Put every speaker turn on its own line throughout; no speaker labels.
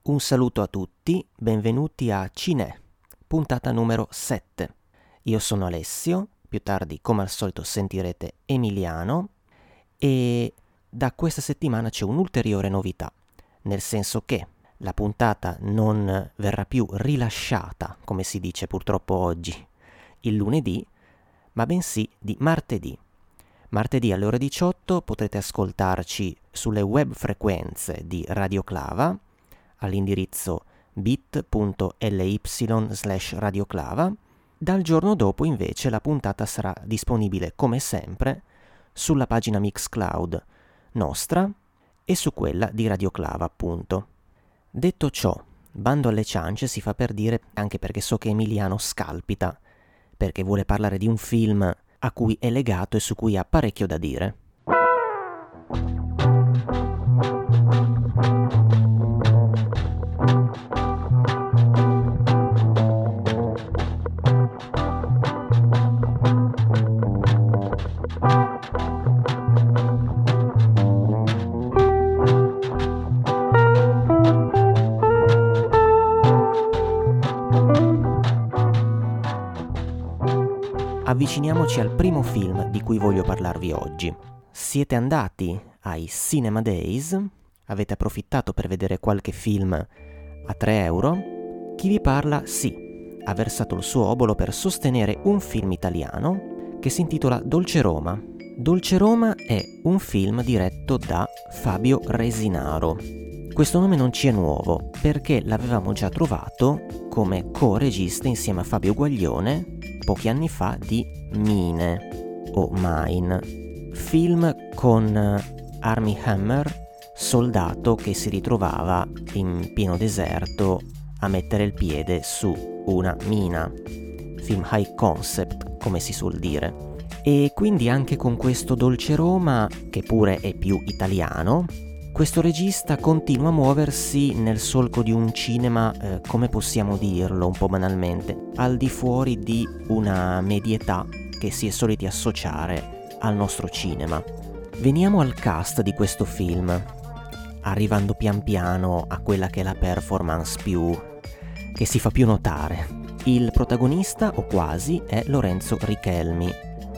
Un saluto a tutti, benvenuti a Cinè, puntata numero 7. Io sono Alessio, più tardi come al solito sentirete Emiliano e da questa settimana c'è un'ulteriore novità, nel senso che la puntata non verrà più rilasciata, come si dice purtroppo oggi, il lunedì, ma bensì di martedì. Martedì alle ore 18 potrete ascoltarci sulle web frequenze di Radio Clava all'indirizzo bit.ly/radioclava. Dal giorno dopo invece la puntata sarà disponibile come sempre sulla pagina Mixcloud nostra e su quella di Radio Clava, appunto. Detto ciò, bando alle ciance si fa per dire, anche perché so che Emiliano scalpita perché vuole parlare di un film a cui è legato e su cui ha parecchio da dire. Avviciniamoci al primo film di cui voglio parlarvi oggi. Siete andati ai Cinema Days? Avete approfittato per vedere qualche film a 3 euro? Chi vi parla, sì, ha versato il suo obolo per sostenere un film italiano che si intitola Dolce Roma. Dolce Roma è un film diretto da Fabio Resinaro. Questo nome non ci è nuovo perché l'avevamo già trovato come co-regista insieme a Fabio Guaglione pochi anni fa di Mine o Mine, film con Armie Hammer, soldato che si ritrovava in pieno deserto a mettere il piede su una mina, film high concept come si suol dire. E quindi anche con questo Dolce Roma, che pure è più italiano, questo regista continua a muoversi nel solco di un cinema, come possiamo dirlo un po' banalmente, al di fuori di una medietà che si è soliti associare al nostro cinema. Veniamo al cast di questo film, arrivando pian piano a quella che è la performance che si fa più notare. Il protagonista, o quasi, è Lorenzo Richelmi.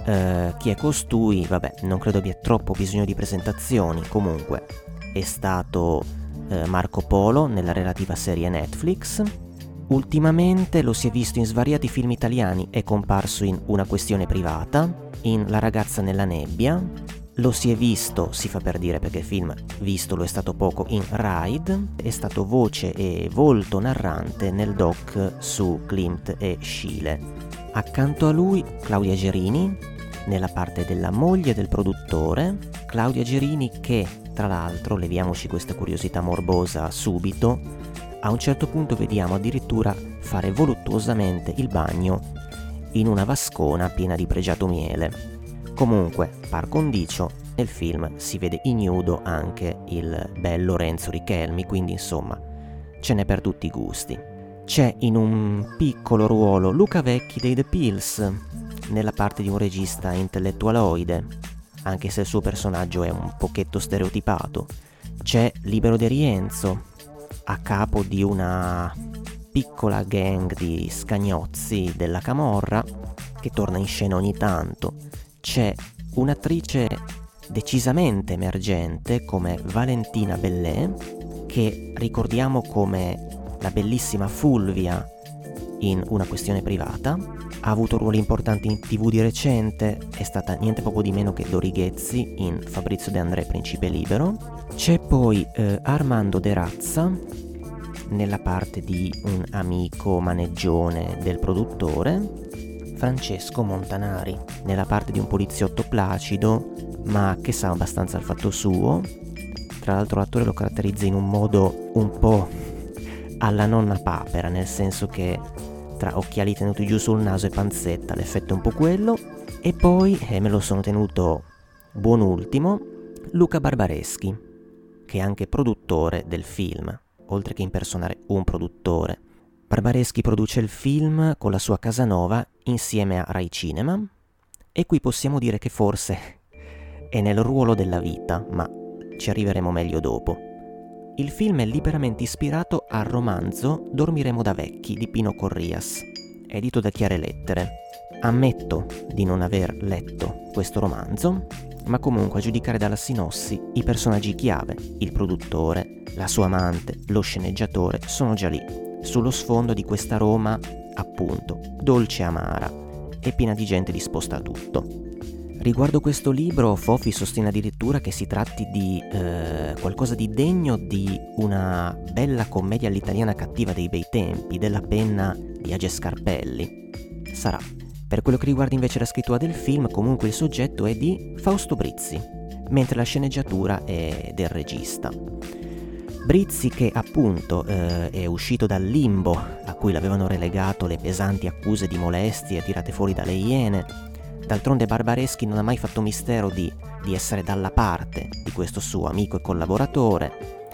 Chi è costui? Vabbè, non credo abbia troppo bisogno di presentazioni, comunque è stato Marco Polo nella relativa serie Netflix. Ultimamente lo si è visto in svariati film italiani, è comparso in Una questione privata, in La ragazza nella nebbia, lo si è visto, si fa per dire perché il film visto lo è stato poco, in Ride, è stato voce e volto narrante nel doc su Klimt e Schiele. Accanto a lui Claudia Gerini nella parte della moglie del produttore, Claudia Gerini che, tra l'altro, leviamoci questa curiosità morbosa subito, a un certo punto vediamo addirittura fare voluttuosamente il bagno in una vascona piena di pregiato miele. Comunque, par condicio, nel film si vede ignudo anche il bel Lorenzo Richelmi, quindi insomma ce n'è per tutti i gusti. C'è in un piccolo ruolo Luca Vecchi dei The Pills, nella parte di un regista intellettualoide, anche se il suo personaggio è un pochetto stereotipato. C'è Libero De Rienzo, a capo di una piccola gang di scagnozzi della camorra, che torna in scena ogni tanto. C'è un'attrice decisamente emergente come Valentina Bellè, che ricordiamo come la bellissima Fulvia in Una questione privata. Ha avuto ruoli importanti in TV di recente, è stata niente poco di meno che Dorighezzi in Fabrizio De André Principe Libero. C'è poi Armando De Razza nella parte di un amico maneggione del produttore, Francesco Montanari nella parte di un poliziotto placido ma che sa abbastanza il fatto suo. Tra l'altro l'attore lo caratterizza in un modo un po' alla nonna Papera, nel senso che tra occhiali tenuti giù sul naso e panzetta l'effetto è un po' quello. E poi, me lo sono tenuto buon ultimo, Luca Barbareschi, che è anche produttore del film, oltre che impersonare un produttore. Barbareschi produce il film con la sua Casanova insieme a Rai Cinema, e qui possiamo dire che forse è nel ruolo della vita, ma ci arriveremo meglio dopo. Il film è liberamente ispirato al romanzo Dormiremo da vecchi di Pino Corrias, edito da Chiare Lettere. Ammetto di non aver letto questo romanzo, ma comunque a giudicare dalla sinossi i personaggi chiave, il produttore, la sua amante, lo sceneggiatore, sono già lì, sullo sfondo di questa Roma, appunto, dolce e amara e piena di gente disposta a tutto. Riguardo questo libro, Fofi sostiene addirittura che si tratti di qualcosa di degno di una bella commedia all'italiana cattiva dei bei tempi, della penna di Age Scarpelli. Sarà. Per quello che riguarda invece la scrittura del film, comunque il soggetto è di Fausto Brizzi, mentre la sceneggiatura è del regista. Brizzi che appunto è uscito dal limbo a cui l'avevano relegato le pesanti accuse di molestie tirate fuori dalle Iene. D'altronde Barbareschi non ha mai fatto mistero di essere dalla parte di questo suo amico e collaboratore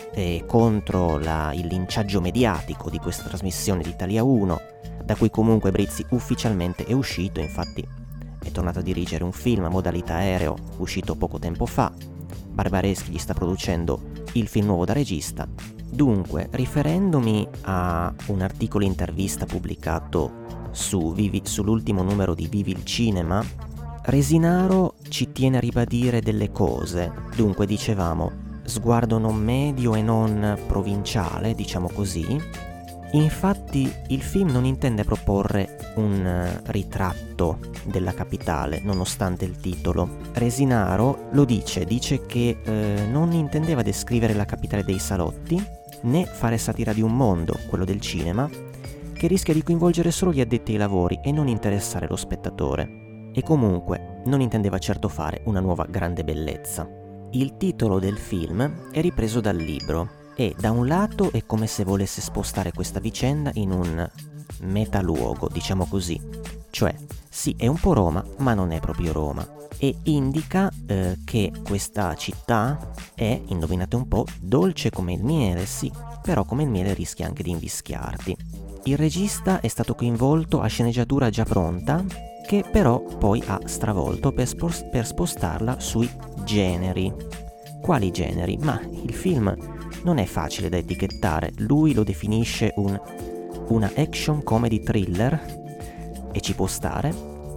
e contro il linciaggio mediatico di questa trasmissione di Italia 1, da cui comunque Brizzi ufficialmente è uscito. Infatti è tornato a dirigere un film a modalità aereo uscito poco tempo fa. Barbareschi gli sta producendo il film nuovo da regista. Dunque, riferendomi a un articolo intervista pubblicato sull'ultimo numero di Vivi il Cinema, Resinaro ci tiene a ribadire delle cose. Dunque, dicevamo, sguardo non medio e non provinciale, diciamo così. Infatti il film non intende proporre un ritratto della capitale, nonostante il titolo. Resinaro lo dice che non intendeva descrivere la capitale dei salotti, né fare satira di un mondo, quello del cinema, che rischia di coinvolgere solo gli addetti ai lavori e non interessare lo spettatore. E comunque non intendeva certo fare una nuova grande bellezza. Il titolo del film è ripreso dal libro e da un lato è come se volesse spostare questa vicenda in un metaluogo, diciamo così. Cioè, sì, è un po' Roma, ma non è proprio Roma. E indica che questa città è, indovinate un po', dolce come il miele, sì, però come il miele rischia anche di invischiarti. Il regista è stato coinvolto a sceneggiatura già pronta, che però poi ha stravolto per spostarla sui generi. Quali generi? Ma il film non è facile da etichettare. Lui lo definisce una action comedy thriller, e ci può stare,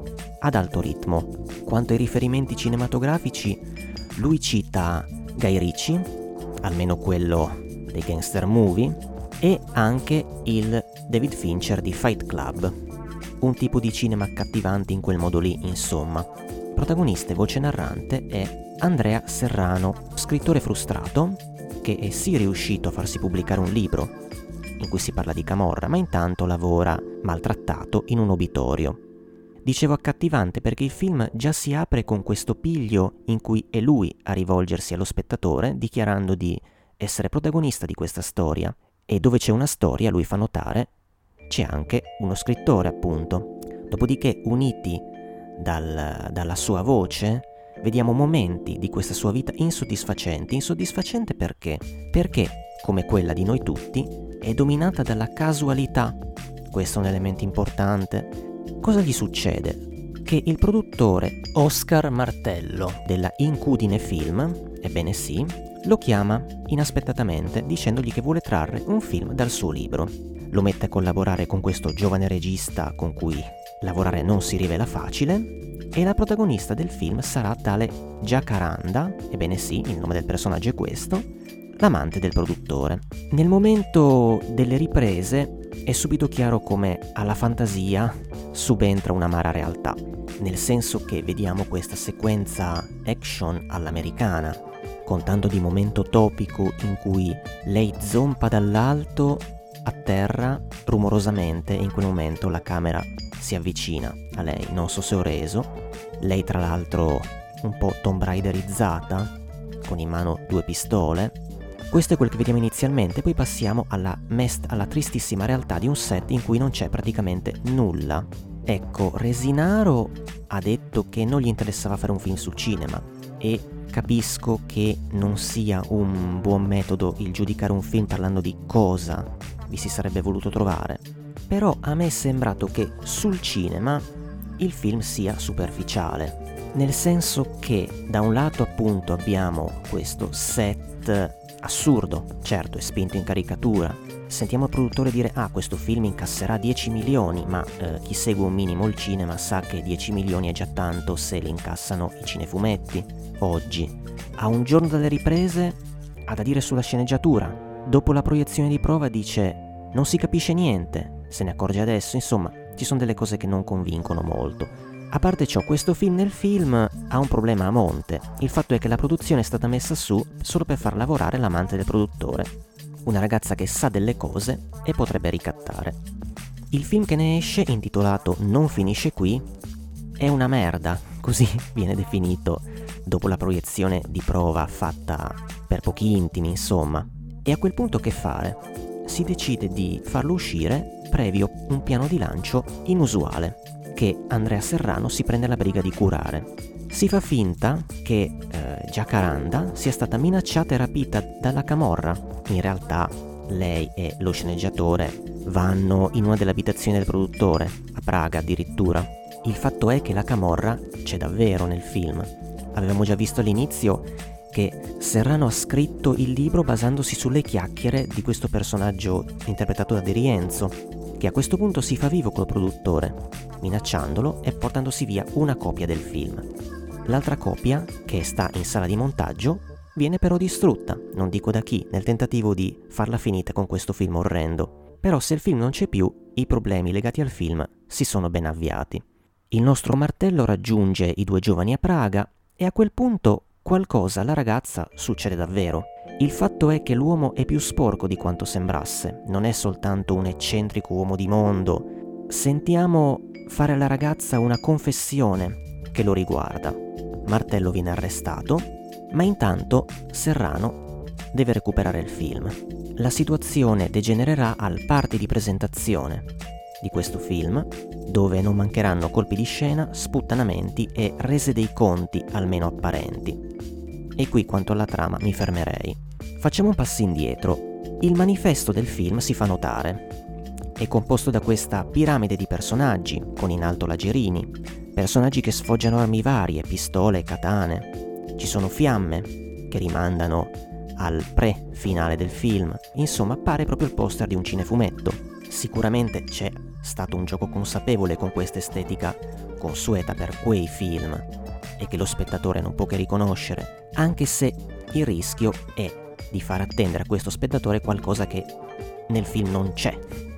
ad alto ritmo. Quanto ai riferimenti cinematografici, lui cita Guy Ritchie, almeno quello dei gangster movie, e anche il David Fincher di Fight Club, un tipo di cinema accattivante in quel modo lì, insomma. Protagonista e voce narrante è Andrea Serrano, scrittore frustrato, che è sì riuscito a farsi pubblicare un libro in cui si parla di camorra, ma intanto lavora maltrattato in un obitorio. Dicevo accattivante perché il film già si apre con questo piglio in cui è lui a rivolgersi allo spettatore, dichiarando di essere protagonista di questa storia. E dove c'è una storia, lui fa notare, c'è anche uno scrittore, appunto. Dopodiché, uniti dalla sua voce, vediamo momenti di questa sua vita insoddisfacenti. Insoddisfacente perché? Perché, come quella di noi tutti, è dominata dalla casualità. Questo è un elemento importante. Cosa gli succede? Che il produttore Oscar Martello della Incudine Film, ebbene sì, lo chiama inaspettatamente dicendogli che vuole trarre un film dal suo libro. Lo mette a collaborare con questo giovane regista con cui lavorare non si rivela facile, e la protagonista del film sarà tale Jacaranda, ebbene sì, il nome del personaggio è questo, l'amante del produttore. Nel momento delle riprese è subito chiaro come alla fantasia subentra un'amara realtà, nel senso che vediamo questa sequenza action all'americana, con tanto di momento topico in cui lei zompa dall'alto a terra rumorosamente e in quel momento la camera si avvicina a lei. Non so se ho reso. Lei tra l'altro un po' Tomb Raiderizzata, con in mano 2 pistole. Questo è quel che vediamo inizialmente, poi passiamo alla tristissima realtà di un set in cui non c'è praticamente nulla. Ecco, Resinaro ha detto che non gli interessava fare un film sul cinema, e capisco che non sia un buon metodo il giudicare un film parlando di cosa vi si sarebbe voluto trovare, però a me è sembrato che sul cinema il film sia superficiale, nel senso che da un lato appunto abbiamo questo set assurdo, certo, è spinto in caricatura. Sentiamo il produttore dire questo film incasserà 10 milioni, ma chi segue un minimo il cinema sa che 10 milioni è già tanto se li incassano i cinefumetti. Oggi, a un giorno dalle riprese, ha da dire sulla sceneggiatura. Dopo la proiezione di prova dice non si capisce niente, se ne accorge adesso, insomma, ci sono delle cose che non convincono molto. A parte ciò, questo film nel film ha un problema a monte. Il fatto è che la produzione è stata messa su solo per far lavorare l'amante del produttore, una ragazza che sa delle cose e potrebbe ricattare. Il film che ne esce, intitolato Non finisce qui, è una merda, così viene definito dopo la proiezione di prova fatta per pochi intimi, insomma. E a quel punto che fare? Si decide di farlo uscire previo un piano di lancio inusuale, che Andrea Serrano si prende la briga di curare. Si fa finta che Jacaranda sia stata minacciata e rapita dalla camorra. In realtà lei e lo sceneggiatore vanno in una delle abitazioni del produttore, a Praga addirittura. Il fatto è che la camorra c'è davvero nel film. Avevamo già visto all'inizio che Serrano ha scritto il libro basandosi sulle chiacchiere di questo personaggio interpretato da De Rienzo, che a questo punto si fa vivo col produttore, minacciandolo e portandosi via una copia del film. L'altra copia, che sta in sala di montaggio, viene però distrutta, non dico da chi, nel tentativo di farla finita con questo film orrendo. Però se il film non c'è più, i problemi legati al film si sono ben avviati. Il nostro martello raggiunge i due giovani a Praga e a quel punto qualcosa alla ragazza succede davvero. Il fatto è che l'uomo è più sporco di quanto sembrasse, non è soltanto un eccentrico uomo di mondo. Sentiamo fare alla ragazza una confessione che lo riguarda. Martello viene arrestato, ma intanto Serrano deve recuperare il film. La situazione degenererà al party di presentazione di questo film, dove non mancheranno colpi di scena, sputtanamenti e rese dei conti almeno apparenti. E qui quanto alla trama mi fermerei. Facciamo un passo indietro. Il manifesto del film si fa notare. È composto da questa piramide di personaggi, con in alto la Gerini, personaggi che sfoggiano armi varie, pistole e katane. Ci sono fiamme, che rimandano al pre-finale del film. Insomma, pare proprio il poster di un cinefumetto. Sicuramente c'è stato un gioco consapevole con questa estetica consueta per quei film e che lo spettatore non può che riconoscere, anche se il rischio è di far attendere a questo spettatore qualcosa che nel film non c'è,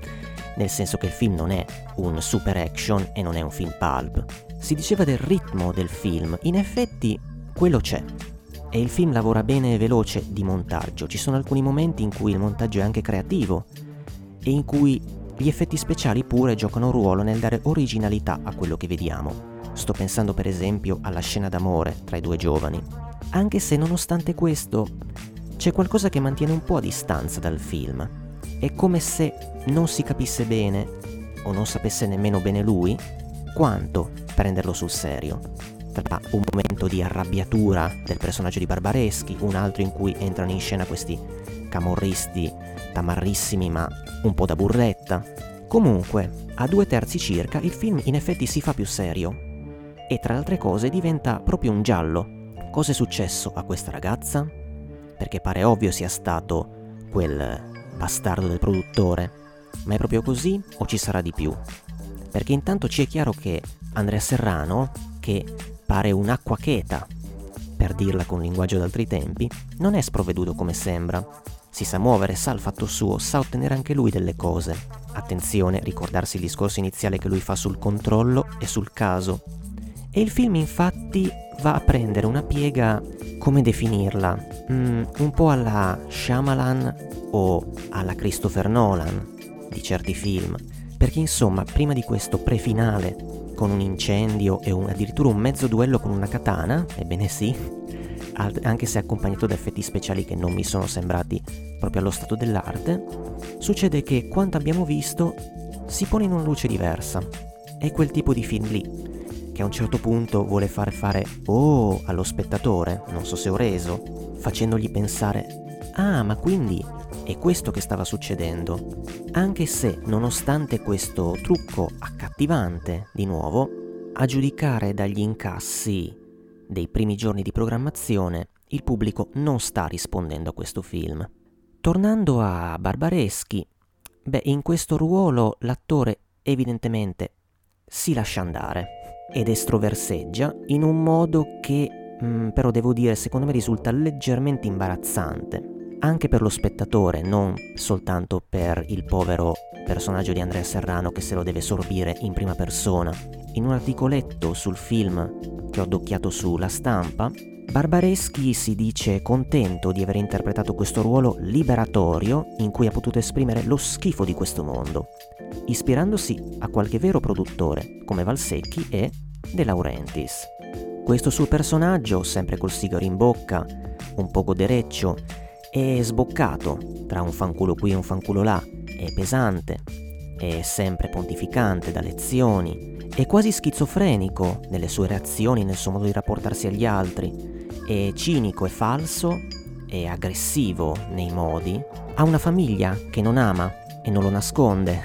nel senso che il film non è un super action e non è un film pulp. Si diceva del ritmo del film, in effetti quello c'è, e il film lavora bene e veloce di montaggio. Ci sono alcuni momenti in cui il montaggio è anche creativo e in cui gli effetti speciali pure giocano un ruolo nel dare originalità a quello che vediamo. Sto pensando per esempio alla scena d'amore tra i due giovani. Anche se nonostante questo c'è qualcosa che mantiene un po' a distanza dal film. È come se non si capisse bene, o non sapesse nemmeno bene lui, quanto prenderlo sul serio. Tra un momento di arrabbiatura del personaggio di Barbareschi, un altro in cui entrano in scena questi camorristi tamarrissimi ma un po' da burletta. Comunque, a 2/3 circa, il film in effetti si fa più serio e tra le altre cose diventa proprio un giallo. Cosa è successo a questa ragazza? Perché pare ovvio sia stato quel bastardo del produttore, ma è proprio così o ci sarà di più? Perché intanto ci è chiaro che Andrea Serrano, che pare un'acqua cheta, per dirla con linguaggio d'altri tempi, non è sprovveduto come sembra. Si sa muovere, sa il fatto suo, sa ottenere anche lui delle cose. Attenzione, ricordarsi il discorso iniziale che lui fa sul controllo e sul caso. E il film infatti va a prendere una piega, come definirla, un po' alla Shyamalan o alla Christopher Nolan di certi film. Perché insomma, prima di questo pre-finale, con un incendio e addirittura un mezzo duello con una katana, ebbene sì, anche se accompagnato da effetti speciali che non mi sono sembrati proprio allo stato dell'arte, succede che quanto abbiamo visto si pone in una luce diversa. È quel tipo di film lì che a un certo punto vuole far fare "oh" allo spettatore, non so se ho reso, facendogli pensare "ah, ma quindi è questo che stava succedendo", anche se nonostante questo trucco accattivante, di nuovo, a giudicare dagli incassi dei primi giorni di programmazione, il pubblico non sta rispondendo a questo film. Tornando a Barbareschi, in questo ruolo l'attore evidentemente si lascia andare ed estroverseggia in un modo che però devo dire secondo me risulta leggermente imbarazzante, anche per lo spettatore, non soltanto per il povero personaggio di Andrea Serrano che se lo deve sorbire in prima persona. In un articoletto sul film che ho addocchiato su La Stampa, Barbareschi si dice contento di aver interpretato questo ruolo liberatorio in cui ha potuto esprimere lo schifo di questo mondo, ispirandosi a qualche vero produttore come Valsecchi e De Laurentiis. Questo suo personaggio, sempre col sigaro in bocca, un po' godereccio, è sboccato tra un fanculo qui e un fanculo là, è pesante, è sempre pontificante da lezioni, è quasi schizofrenico nelle sue reazioni, nel suo modo di rapportarsi agli altri, è cinico e falso, è aggressivo nei modi, ha una famiglia che non ama e non lo nasconde.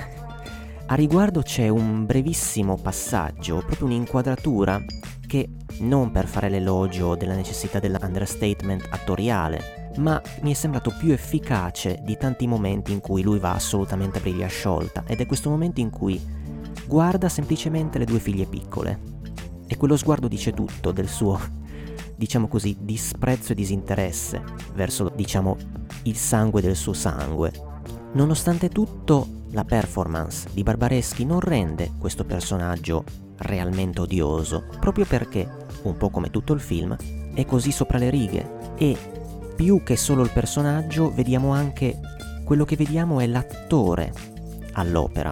A riguardo c'è un brevissimo passaggio, proprio un'inquadratura che, non per fare l'elogio della necessità dell'understatement attoriale, ma mi è sembrato più efficace di tanti momenti in cui lui va assolutamente a briglia sciolta, ed è questo momento in cui guarda semplicemente le due figlie piccole e quello sguardo dice tutto del suo, diciamo così, disprezzo e disinteresse verso, diciamo, il sangue del suo sangue. Nonostante tutto, la performance di Barbareschi non rende questo personaggio realmente odioso, proprio perché, un po' come tutto il film, è così sopra le righe e più che solo il personaggio vediamo anche quello che vediamo è l'attore all'opera.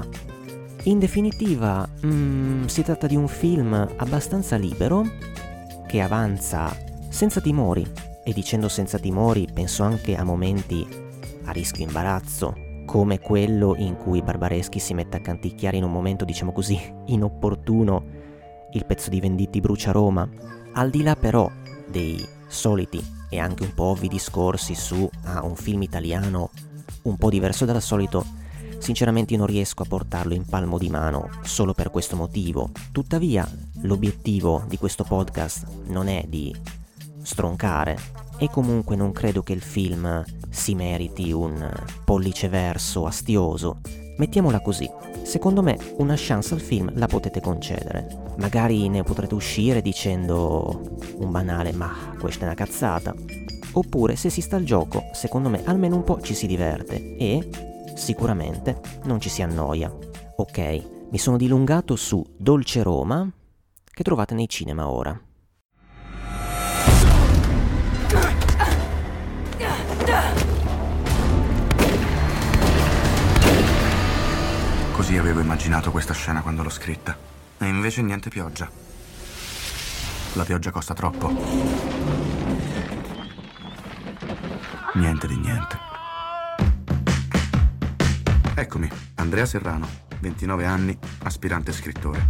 In definitiva, si tratta di un film abbastanza libero che avanza senza timori, e dicendo senza timori penso anche a momenti a rischio imbarazzo, come quello in cui Barbareschi si mette a canticchiare in un momento, diciamo così, inopportuno il pezzo di Venditti brucia Roma. Al di là però dei soliti e anche un po' ovvi discorsi su un film italiano un po' diverso dal solito, sinceramente io non riesco a portarlo in palmo di mano solo per questo motivo. Tuttavia, l'obiettivo di questo podcast non è di stroncare e comunque non credo che il film si meriti un pollice verso astioso. Mettiamola così, secondo me una chance al film la potete concedere. Magari ne potrete uscire dicendo un banale "ma questa è una cazzata", oppure se si sta al gioco, secondo me almeno un po' ci si diverte e sicuramente non ci si annoia. Ok, mi sono dilungato su Dolce Roma, che trovate nei cinema ora.
Così avevo immaginato questa scena quando l'ho scritta. E invece niente pioggia. La pioggia costa troppo. Niente di niente. Eccomi, Andrea Serrano, 29 anni, aspirante scrittore.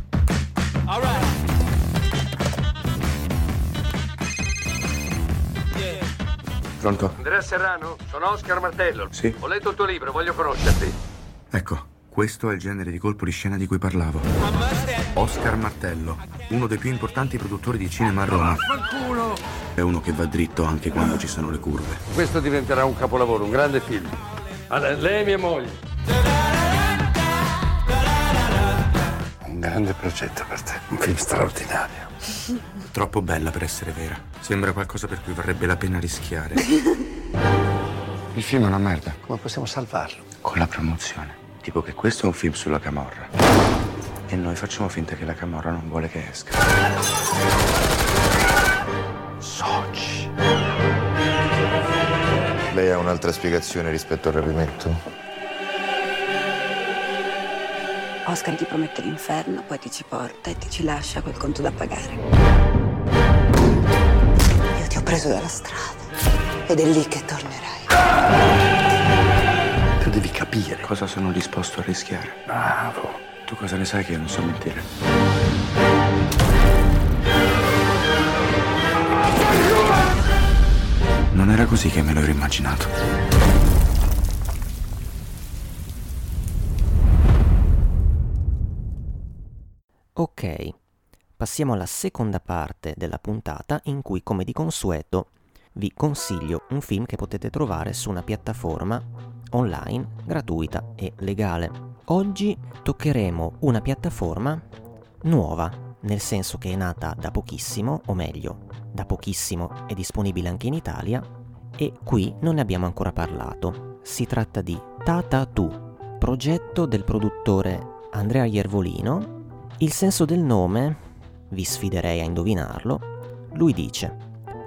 Pronto?
Andrea Serrano, sono Oscar Martello.
Sì.
Ho letto il tuo libro, voglio conoscerti.
Ecco, questo è il genere di colpo di scena di cui parlavo. Oscar Martello, uno dei più importanti produttori di cinema a Roma. È uno che va dritto anche quando ci sono le curve.
Questo diventerà un capolavoro, un grande film. Allora, lei è mia moglie. Un grande progetto per te, un film straordinario.
Troppo bella per essere vera. Sembra qualcosa per cui varrebbe la pena rischiare. Il film è una merda.
Come possiamo salvarlo?
Con la promozione. Tipo che questo è un film sulla camorra. E noi facciamo finta che la camorra non vuole che esca. Soci.
Lei ha un'altra spiegazione rispetto al rapimento?
Oscar ti promette l'inferno, poi ti ci porta e ti ci lascia quel conto da pagare. Io ti ho preso dalla strada ed è lì che tornerai.
Tu devi capire.
Cosa sono disposto a rischiare?
Bravo.
Tu cosa ne sai che io non so mentire? Non era così che me l'ero immaginato.
Ok, passiamo alla seconda parte della puntata in cui, come di consueto, vi consiglio un film che potete trovare su una piattaforma online gratuita e legale. Oggi toccheremo una piattaforma nuova, nel senso che è nata da pochissimo, o meglio, da pochissimo è disponibile anche in Italia e qui non ne abbiamo ancora parlato. Si tratta di Tatatoo, progetto del produttore Andrea Iervolino. Il senso del nome, vi sfiderei a indovinarlo, lui dice: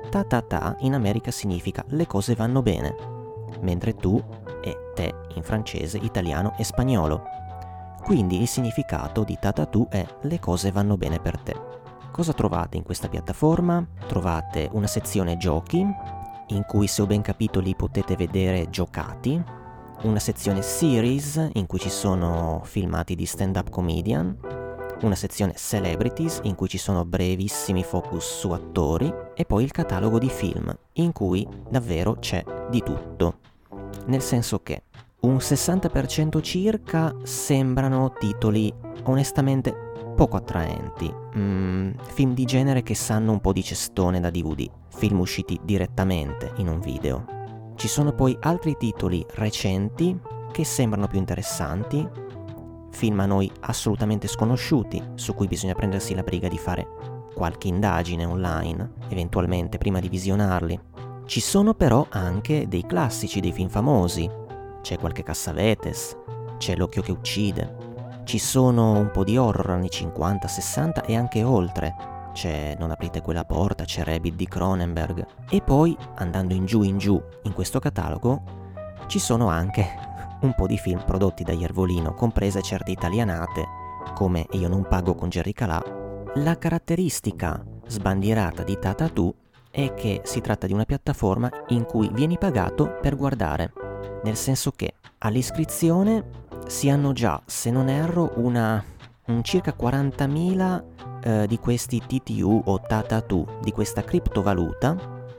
ta in America significa le cose vanno bene, mentre tu è te in francese, italiano e spagnolo. Quindi il significato di Tatatoo è le cose vanno bene per te. Cosa trovate in questa piattaforma? Trovate una sezione giochi, in cui, se ho ben capito, li potete vedere giocati, una sezione series in cui ci sono filmati di stand-up comedian, una sezione celebrities in cui ci sono brevissimi focus su attori e poi il catalogo di film in cui davvero c'è di tutto, nel senso che un 60% circa sembrano titoli onestamente poco attraenti, film di genere che sanno un po' di cestone da DVD, film usciti direttamente in un video. Ci sono poi altri titoli recenti che sembrano più interessanti, film a noi assolutamente sconosciuti, su cui bisogna prendersi la briga di fare qualche indagine online, eventualmente prima di visionarli. Ci sono però anche dei classici, dei film famosi, c'è qualche Cassavetes, c'è L'occhio che uccide, ci sono un po' di horror anni 50, 60 e anche oltre, c'è Non aprite quella porta, c'è Rabid di Cronenberg, e poi andando in giù in questo catalogo ci sono anche un po' di film prodotti da Iervolino, comprese certe italianate come Io non pago con Jerry Calà. La caratteristica sbandierata di Tatatoo è che si tratta di una piattaforma in cui vieni pagato per guardare, nel senso che all'iscrizione si hanno già, se non erro, un circa 40.000 di questi TTU o Tatatoo, di questa criptovaluta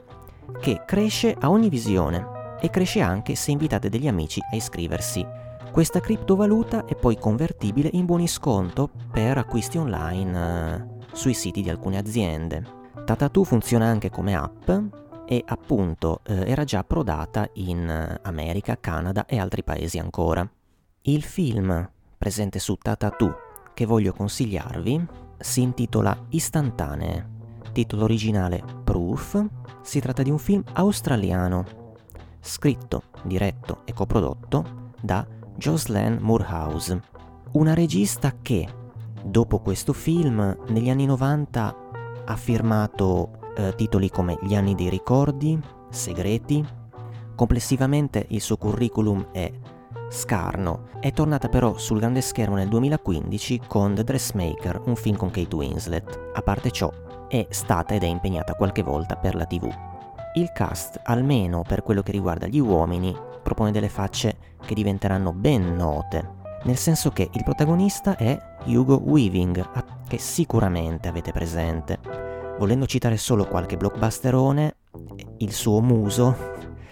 che cresce a ogni visione e cresce anche se invitate degli amici a iscriversi. Questa criptovaluta è poi convertibile in buoni sconto per acquisti online sui siti di alcune aziende. Tatatoo funziona anche come app e appunto era già approdata in America, Canada e altri paesi ancora. Il film presente su Tatatoo che voglio consigliarvi si intitola Istantanee, titolo originale Proof. Si tratta di un film australiano, scritto, diretto e coprodotto da Jocelyn Moorhouse, una regista che, dopo questo film, negli anni 90 ha firmato titoli come Gli anni dei ricordi, Segreti. Complessivamente il suo curriculum è scarno. È tornata però sul grande schermo nel 2015 con The Dressmaker, un film con Kate Winslet. A parte ciò, è stata ed è impegnata qualche volta per la TV. Il cast, almeno per quello che riguarda gli uomini, propone delle facce che diventeranno ben note, nel senso che il protagonista è Hugo Weaving, che sicuramente avete presente. Volendo citare solo qualche blockbusterone, il suo muso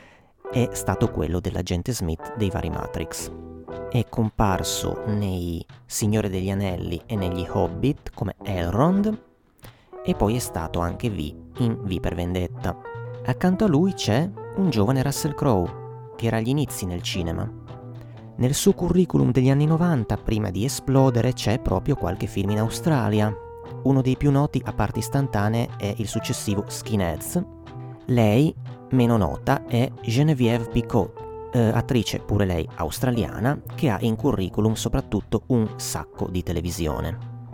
è stato quello dell'agente Smith dei vari Matrix. È comparso nei Signore degli Anelli e negli Hobbit come Elrond e poi è stato anche in V per Vendetta. Accanto a lui c'è un giovane Russell Crowe che era agli inizi nel cinema. Nel suo curriculum degli anni 90, prima di esplodere, c'è proprio qualche film in Australia. Uno dei più noti, a parte Istantanee, è il successivo Skinheads. Lei, meno nota, è Geneviève Picot, attrice pure lei australiana, che ha in curriculum soprattutto un sacco di televisione.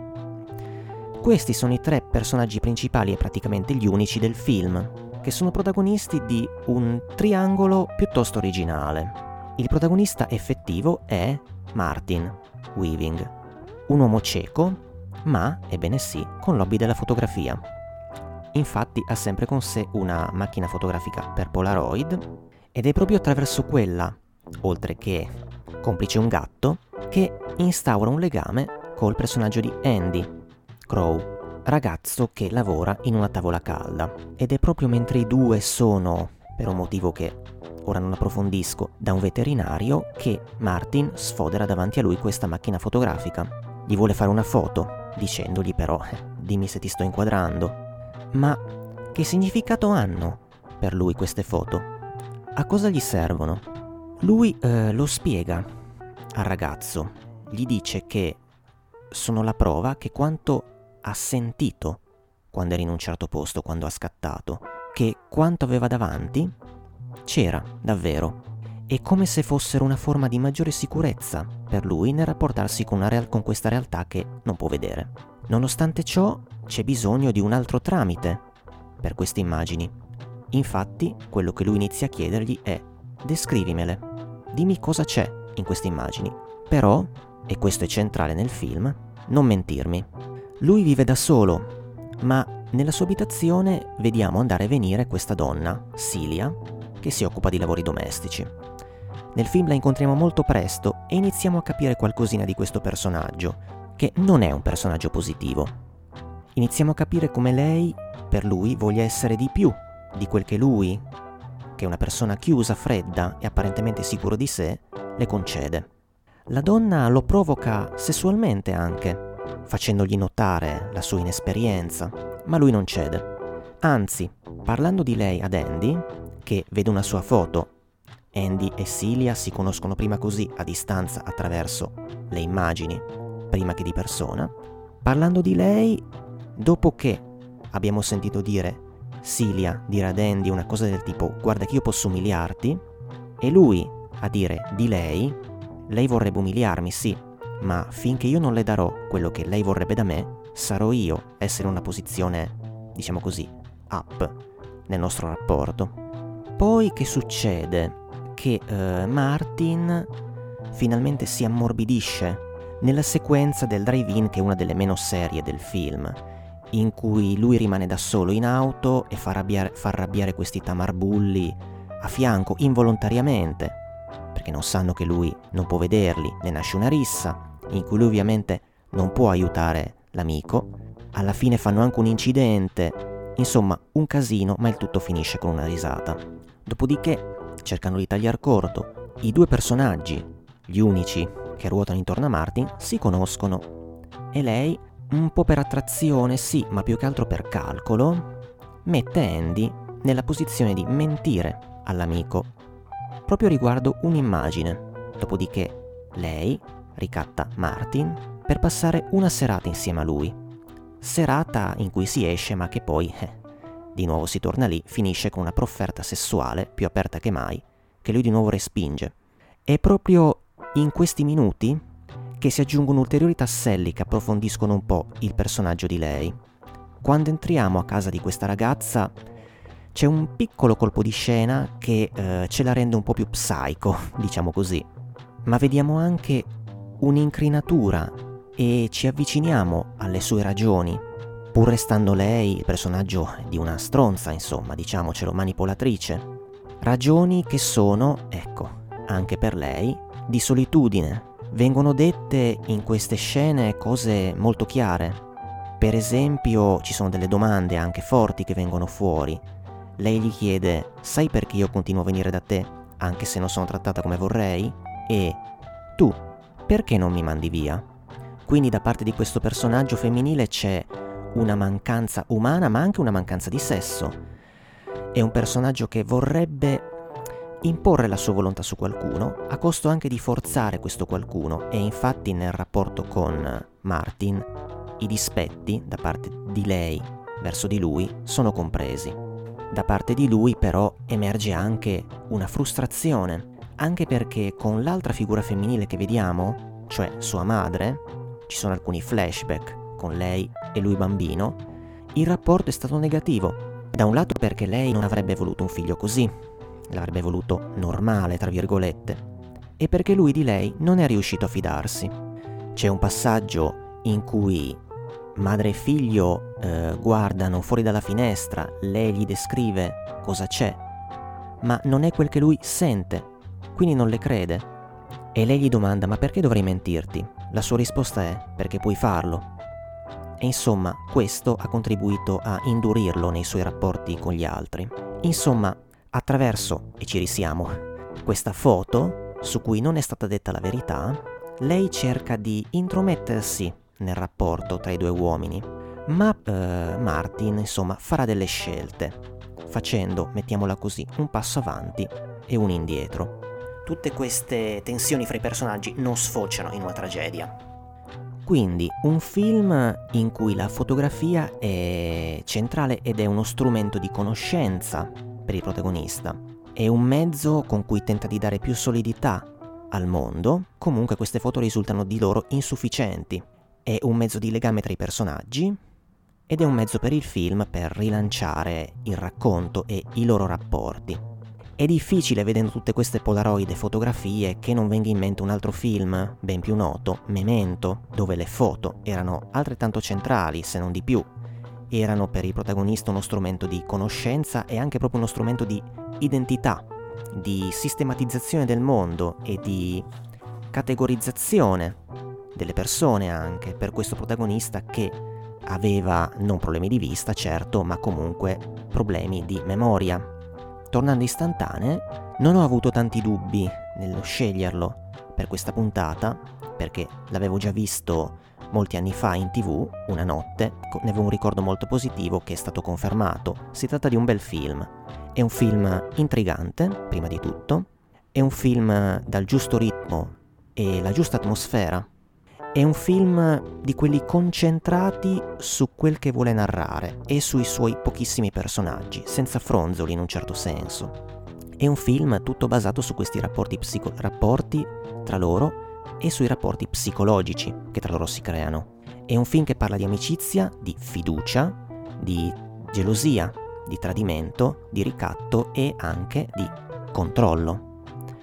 Questi sono i tre personaggi principali e praticamente gli unici del film, che sono protagonisti di un triangolo piuttosto originale. Il protagonista effettivo è Martin Weaving, un uomo cieco, ma, ebbene sì, con l'hobby della fotografia. Infatti ha sempre con sé una macchina fotografica per Polaroid ed è proprio attraverso quella, oltre che complice un gatto, che instaura un legame col personaggio di Andy Crowe, ragazzo che lavora in una tavola calda. Ed è proprio mentre i due sono, per un motivo che ora non approfondisco, da un veterinario, che Martin sfodera davanti a lui questa macchina fotografica. Gli vuole fare una foto, dicendogli però, dimmi se ti sto inquadrando. Ma che significato hanno per lui queste foto? A cosa gli servono? Lui lo spiega al ragazzo, gli dice che sono la prova che quanto ha sentito quando era in un certo posto, quando ha scattato, che quanto aveva davanti c'era davvero. È come se fossero una forma di maggiore sicurezza per lui nel rapportarsi con questa realtà che non può vedere. Nonostante ciò, c'è bisogno di un altro tramite per queste immagini. Infatti, quello che lui inizia a chiedergli è: descrivimele, dimmi cosa c'è in queste immagini. Però, e questo è centrale nel film, non mentirmi. Lui vive da solo, ma nella sua abitazione vediamo andare e venire questa donna, Celia, che si occupa di lavori domestici. Nel film la incontriamo molto presto e iniziamo a capire qualcosina di questo personaggio, che non è un personaggio positivo. Iniziamo a capire come lei, per lui, voglia essere di più di quel che lui, che è una persona chiusa, fredda e apparentemente sicuro di sé, le concede. La donna lo provoca sessualmente anche, facendogli notare la sua inesperienza, ma lui non cede. Anzi, parlando di lei ad Andy, che vede una sua foto, Andy e Celia si conoscono prima così a distanza attraverso le immagini, prima che di persona. Parlando di lei, dopo che abbiamo sentito Celia dire ad Andy una cosa del tipo guarda che io posso umiliarti, e lui a dire di lei vorrebbe umiliarmi, sì, ma finché io non le darò quello che lei vorrebbe da me, sarò io essere in una posizione, diciamo così, up nel nostro rapporto. Poi che succede? Che Martin finalmente si ammorbidisce nella sequenza del drive-in, che è una delle meno serie del film, in cui lui rimane da solo in auto e fa arrabbiare questi tamarbulli a fianco involontariamente, perché non sanno che lui non può vederli, ne nasce una rissa, in cui lui ovviamente non può aiutare l'amico, alla fine fanno anche un incidente, insomma un casino, ma il tutto finisce con una risata. Dopodiché, cercando di tagliar corto, i due personaggi, gli unici che ruotano intorno a Martin, si conoscono e lei, un po' per attrazione sì, ma più che altro per calcolo, mette Andy nella posizione di mentire all'amico proprio riguardo un'immagine. Dopodiché lei ricatta Martin per passare una serata insieme a lui, serata in cui si esce ma che poi di nuovo si torna lì, finisce con una profferta sessuale più aperta che mai, che lui di nuovo respinge. È proprio in questi minuti che si aggiungono ulteriori tasselli che approfondiscono un po' il personaggio di lei. Quando entriamo a casa di questa ragazza c'è un piccolo colpo di scena che ce la rende un po' più psycho, diciamo così, ma vediamo anche un'incrinatura e ci avviciniamo alle sue ragioni, pur restando lei il personaggio di una stronza, insomma, diciamocelo, manipolatrice. Ragioni che sono, ecco, anche per lei, di solitudine. Vengono dette in queste scene cose molto chiare. Per esempio, ci sono delle domande anche forti che vengono fuori. Lei gli chiede: sai perché io continuo a venire da te, anche se non sono trattata come vorrei? E tu, perché non mi mandi via? Quindi da parte di questo personaggio femminile c'è una mancanza umana, ma anche una mancanza di sesso. È un personaggio che vorrebbe imporre la sua volontà su qualcuno, a costo anche di forzare questo qualcuno, e infatti nel rapporto con Martin i dispetti da parte di lei verso di lui sono compresi. Da parte di lui però emerge anche una frustrazione, anche perché con l'altra figura femminile che vediamo, cioè sua madre, ci sono alcuni flashback con lei e lui bambino, il rapporto è stato negativo. Da un lato perché lei non avrebbe voluto un figlio così, l'avrebbe voluto normale, tra virgolette, e perché lui di lei non è riuscito a fidarsi. C'è un passaggio in cui madre e figlio guardano fuori dalla finestra, lei gli descrive cosa c'è, ma non è quel che lui sente, quindi non le crede. E lei gli domanda: ma perché dovrei mentirti? La sua risposta è: perché puoi farlo. E insomma, questo ha contribuito a indurirlo nei suoi rapporti con gli altri. Insomma, attraverso, e ci risiamo, questa foto, su cui non è stata detta la verità, lei cerca di intromettersi nel rapporto tra i due uomini, ma Martin, insomma, farà delle scelte. facendo, mettiamola così, un passo avanti e un indietro. Tutte queste tensioni fra i personaggi non sfociano in una tragedia. Quindi un film in cui la fotografia è centrale ed è uno strumento di conoscenza per il protagonista. È un mezzo con cui tenta di dare più solidità al mondo, comunque queste foto risultano di loro insufficienti. È un mezzo di legame tra i personaggi ed è un mezzo per il film per rilanciare il racconto e i loro rapporti. È difficile, vedendo tutte queste polaroid e fotografie, che non venga in mente un altro film ben più noto, Memento, dove le foto erano altrettanto centrali, se non di più. Erano per il protagonista uno strumento di conoscenza e anche proprio uno strumento di identità, di sistematizzazione del mondo e di categorizzazione delle persone anche per questo protagonista che aveva non problemi di vista, certo, ma comunque problemi di memoria. Tornando istantanee, non ho avuto tanti dubbi nello sceglierlo per questa puntata, perché l'avevo già visto molti anni fa in TV, una notte, ne avevo un ricordo molto positivo che è stato confermato. Si tratta di un bel film. È un film intrigante, prima di tutto, è un film dal giusto ritmo e la giusta atmosfera. È un film di quelli concentrati su quel che vuole narrare e sui suoi pochissimi personaggi, senza fronzoli in un certo senso. È un film tutto basato su questi rapporti tra loro e sui rapporti psicologici che tra loro si creano. È un film che parla di amicizia, di fiducia, di gelosia, di tradimento, di ricatto e anche di controllo.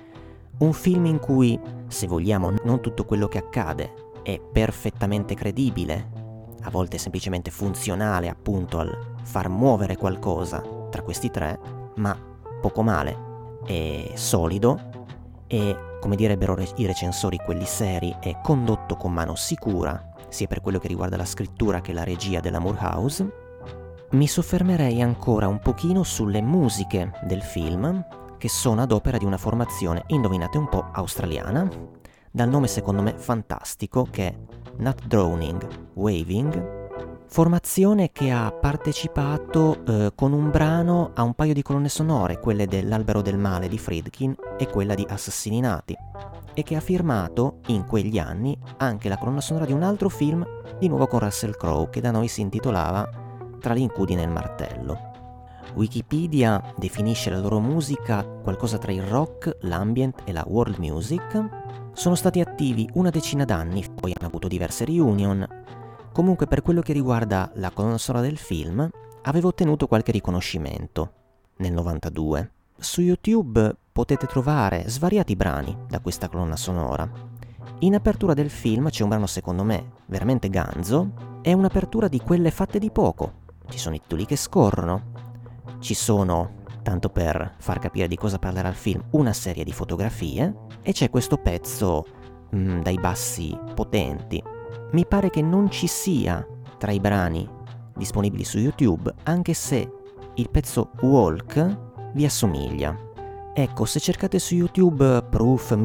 Un film in cui, se vogliamo, non tutto quello che accade è perfettamente credibile, a volte semplicemente funzionale appunto al far muovere qualcosa tra questi tre, ma poco male, è solido e, come direbbero i recensori quelli seri, è condotto con mano sicura, sia per quello che riguarda la scrittura che la regia della Moorhouse. Mi soffermerei ancora un pochino sulle musiche del film, che sono ad opera di una formazione, indovinate un po', australiana, dal nome secondo me fantastico che è Not Drowning, Waving, formazione che ha partecipato con un brano a un paio di colonne sonore, quelle dell'Albero del Male di Friedkin e quella di Assassini Nati, e che ha firmato in quegli anni anche la colonna sonora di un altro film, di nuovo con Russell Crowe, che da noi si intitolava Tra l'incudine e il martello. Wikipedia definisce la loro musica qualcosa tra il rock, l'ambient e la world music. Sono stati attivi una decina d'anni, poi hanno avuto diverse reunion. Comunque, per quello che riguarda la colonna sonora del film, avevo ottenuto qualche riconoscimento nel 92. Su YouTube potete trovare svariati brani da questa colonna sonora. In apertura del film c'è un brano secondo me veramente ganzo, è un'apertura di quelle fatte di poco. Ci sono i titoli che scorrono, ci sono, tanto per far capire di cosa parlerà il film, una serie di fotografie e c'è questo pezzo dai bassi potenti. Mi pare che non ci sia tra i brani disponibili su YouTube, anche se il pezzo Walk vi assomiglia. Ecco, se cercate su YouTube Proof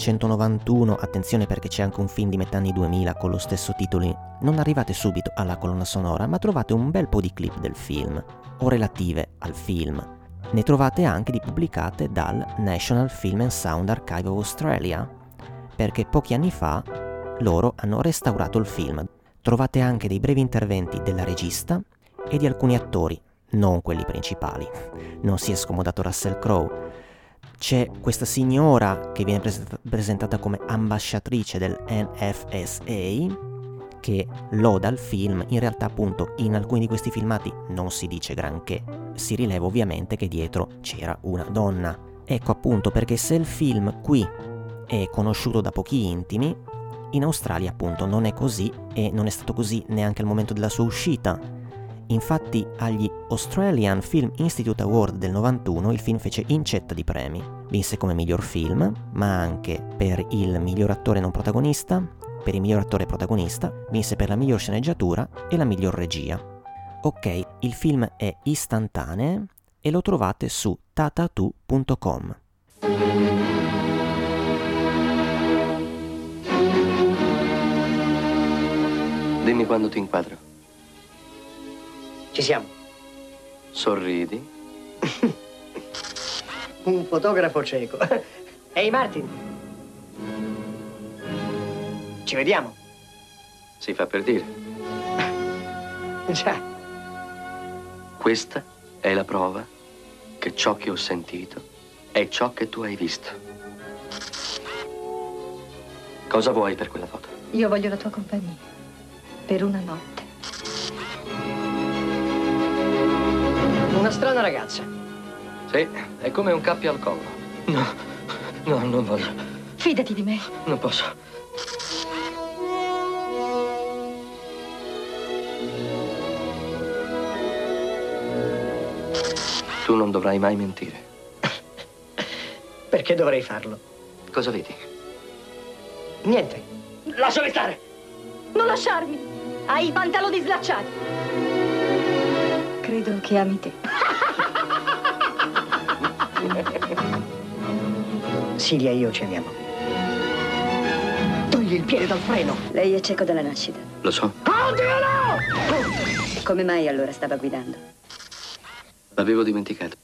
1991, attenzione perché c'è anche un film di metà anni 2000 con lo stesso titolo, non arrivate subito alla colonna sonora, ma trovate un bel po' di clip del film, o relative al film. Ne trovate anche di pubblicate dal National Film and Sound Archive of Australia, perché pochi anni fa loro hanno restaurato il film. Trovate anche dei brevi interventi della regista e di alcuni attori, non quelli principali. Non si è scomodato Russell Crowe. C'è questa signora che viene presentata come ambasciatrice del NFSA, che loda il film. In realtà appunto in alcuni di questi filmati non si dice granché, si rileva ovviamente che dietro c'era una donna. Ecco appunto perché se il film qui è conosciuto da pochi intimi, in Australia appunto non è così e non è stato così neanche al momento della sua uscita. Infatti agli Australian Film Institute Award del 91 il film fece incetta di premi. Vinse come miglior film, ma anche per il miglior attore non protagonista, per il miglior attore protagonista, vinse per la miglior sceneggiatura e la miglior regia. Ok, il film è istantaneo e lo trovate su tatatu.com.
Dimmi quando ti inquadro.
Ci siamo.
Sorridi. Un fotografo cieco. Ehi, Martin. Ci vediamo?
Si fa per dire.
Già.
Questa è la prova che ciò che ho sentito è ciò che tu hai visto. Cosa vuoi per quella foto?
Io voglio la tua compagnia. Per una notte.
Una strana ragazza.
Sì, è come un cappio al collo. No, non voglio.
Fidati di me.
Non posso. Tu non dovrai mai mentire.
Perché dovrei farlo?
Cosa vedi?
Niente. Lasciami stare!
Non lasciarmi! Hai i pantaloni slacciati! Credo che ami te.
Silvia e io ci amiamo. Togli il piede dal freno!
Lei è cieco dalla nascita.
Lo so.
Oddio no!
Come mai allora stava guidando?
L'avevo dimenticato.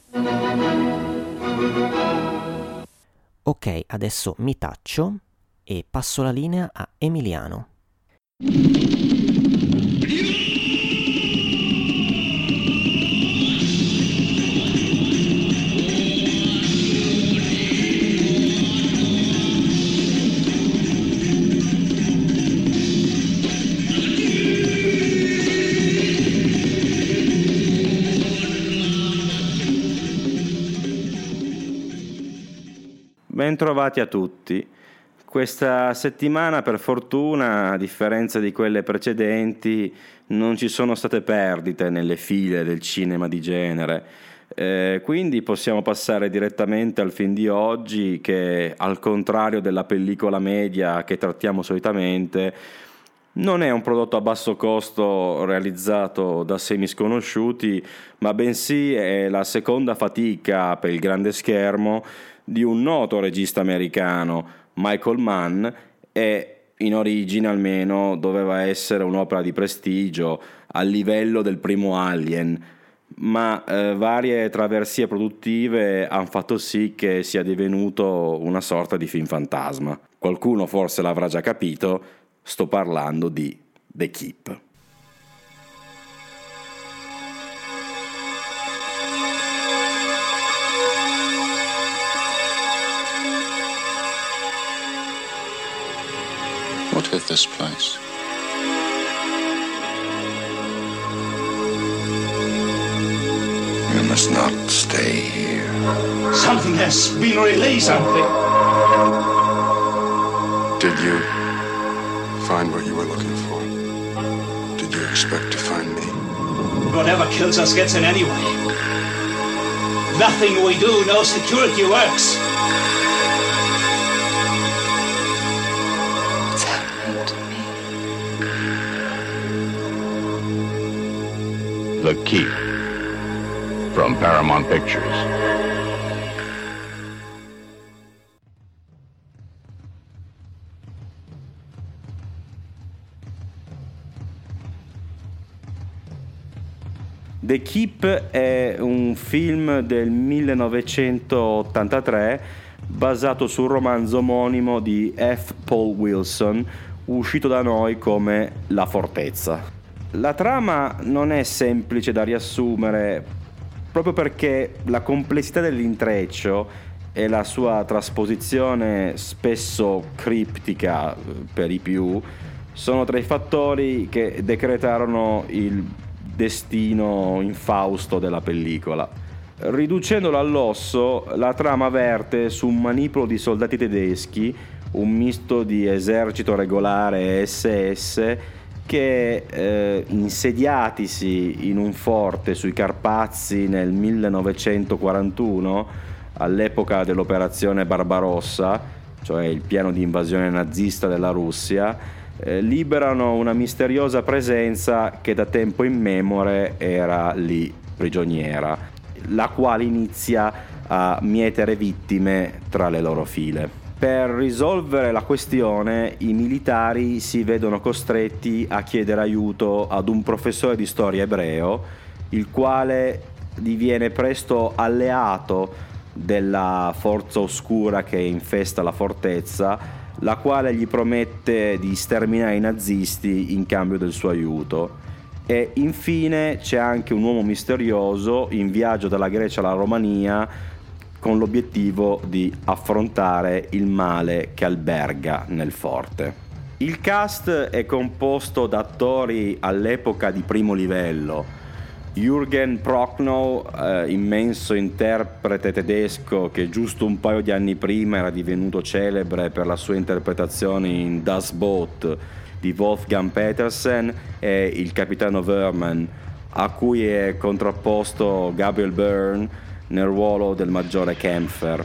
Ok, adesso mi taccio e passo la linea a Emiliano.
Bentrovati a tutti. Questa settimana, per fortuna, a differenza di quelle precedenti, non ci sono state perdite nelle file del cinema di genere. Quindi possiamo passare direttamente al film di oggi che, al contrario della pellicola media che trattiamo solitamente, non è un prodotto a basso costo realizzato da semisconosciuti, ma bensì è la seconda fatica per il grande schermo di un noto regista americano, Michael Mann, e in origine almeno doveva essere un'opera di prestigio a livello del primo Alien, ma varie traversie produttive hanno fatto sì che sia divenuto una sorta di film fantasma. Qualcuno forse l'avrà già capito, sto parlando di The Keep.
What is this place? You must not stay here.
Something has been released. Something.
Did you find what you were looking for? Did you expect to find me?
Whatever kills us gets in anyway. Nothing we do, no security works.
The Keep from Paramount Pictures.
The Keep è un film del 1983 basato sul romanzo omonimo di F. Paul Wilson, uscito da noi come La Fortezza. La trama non è semplice da riassumere, proprio perché la complessità dell'intreccio e la sua trasposizione spesso criptica per i più sono tra i fattori che decretarono il destino infausto della pellicola. Riducendolo all'osso, la trama verte su un manipolo di soldati tedeschi, un misto di esercito regolare e SS, che insediatisi in un forte sui Carpazi nel 1941, all'epoca dell'operazione Barbarossa, cioè il piano di invasione nazista della Russia, liberano una misteriosa presenza che da tempo immemore era lì prigioniera, la quale inizia a mietere vittime tra le loro file. Per risolvere la questione, i militari si vedono costretti a chiedere aiuto ad un professore di storia ebreo, il quale diviene presto alleato della forza oscura che infesta la fortezza, la quale gli promette di sterminare i nazisti in cambio del suo aiuto. E infine c'è anche un uomo misterioso in viaggio dalla Grecia alla Romania con l'obiettivo di affrontare il male che alberga nel forte. Il cast è composto da attori all'epoca di primo livello. Jürgen Prochnow, immenso interprete tedesco che giusto un paio di anni prima era divenuto celebre per la sua interpretazione in Das Boot di Wolfgang Petersen, e il capitano Wehrmann, a cui è contrapposto Gabriel Byrne nel ruolo del maggiore Kempfer.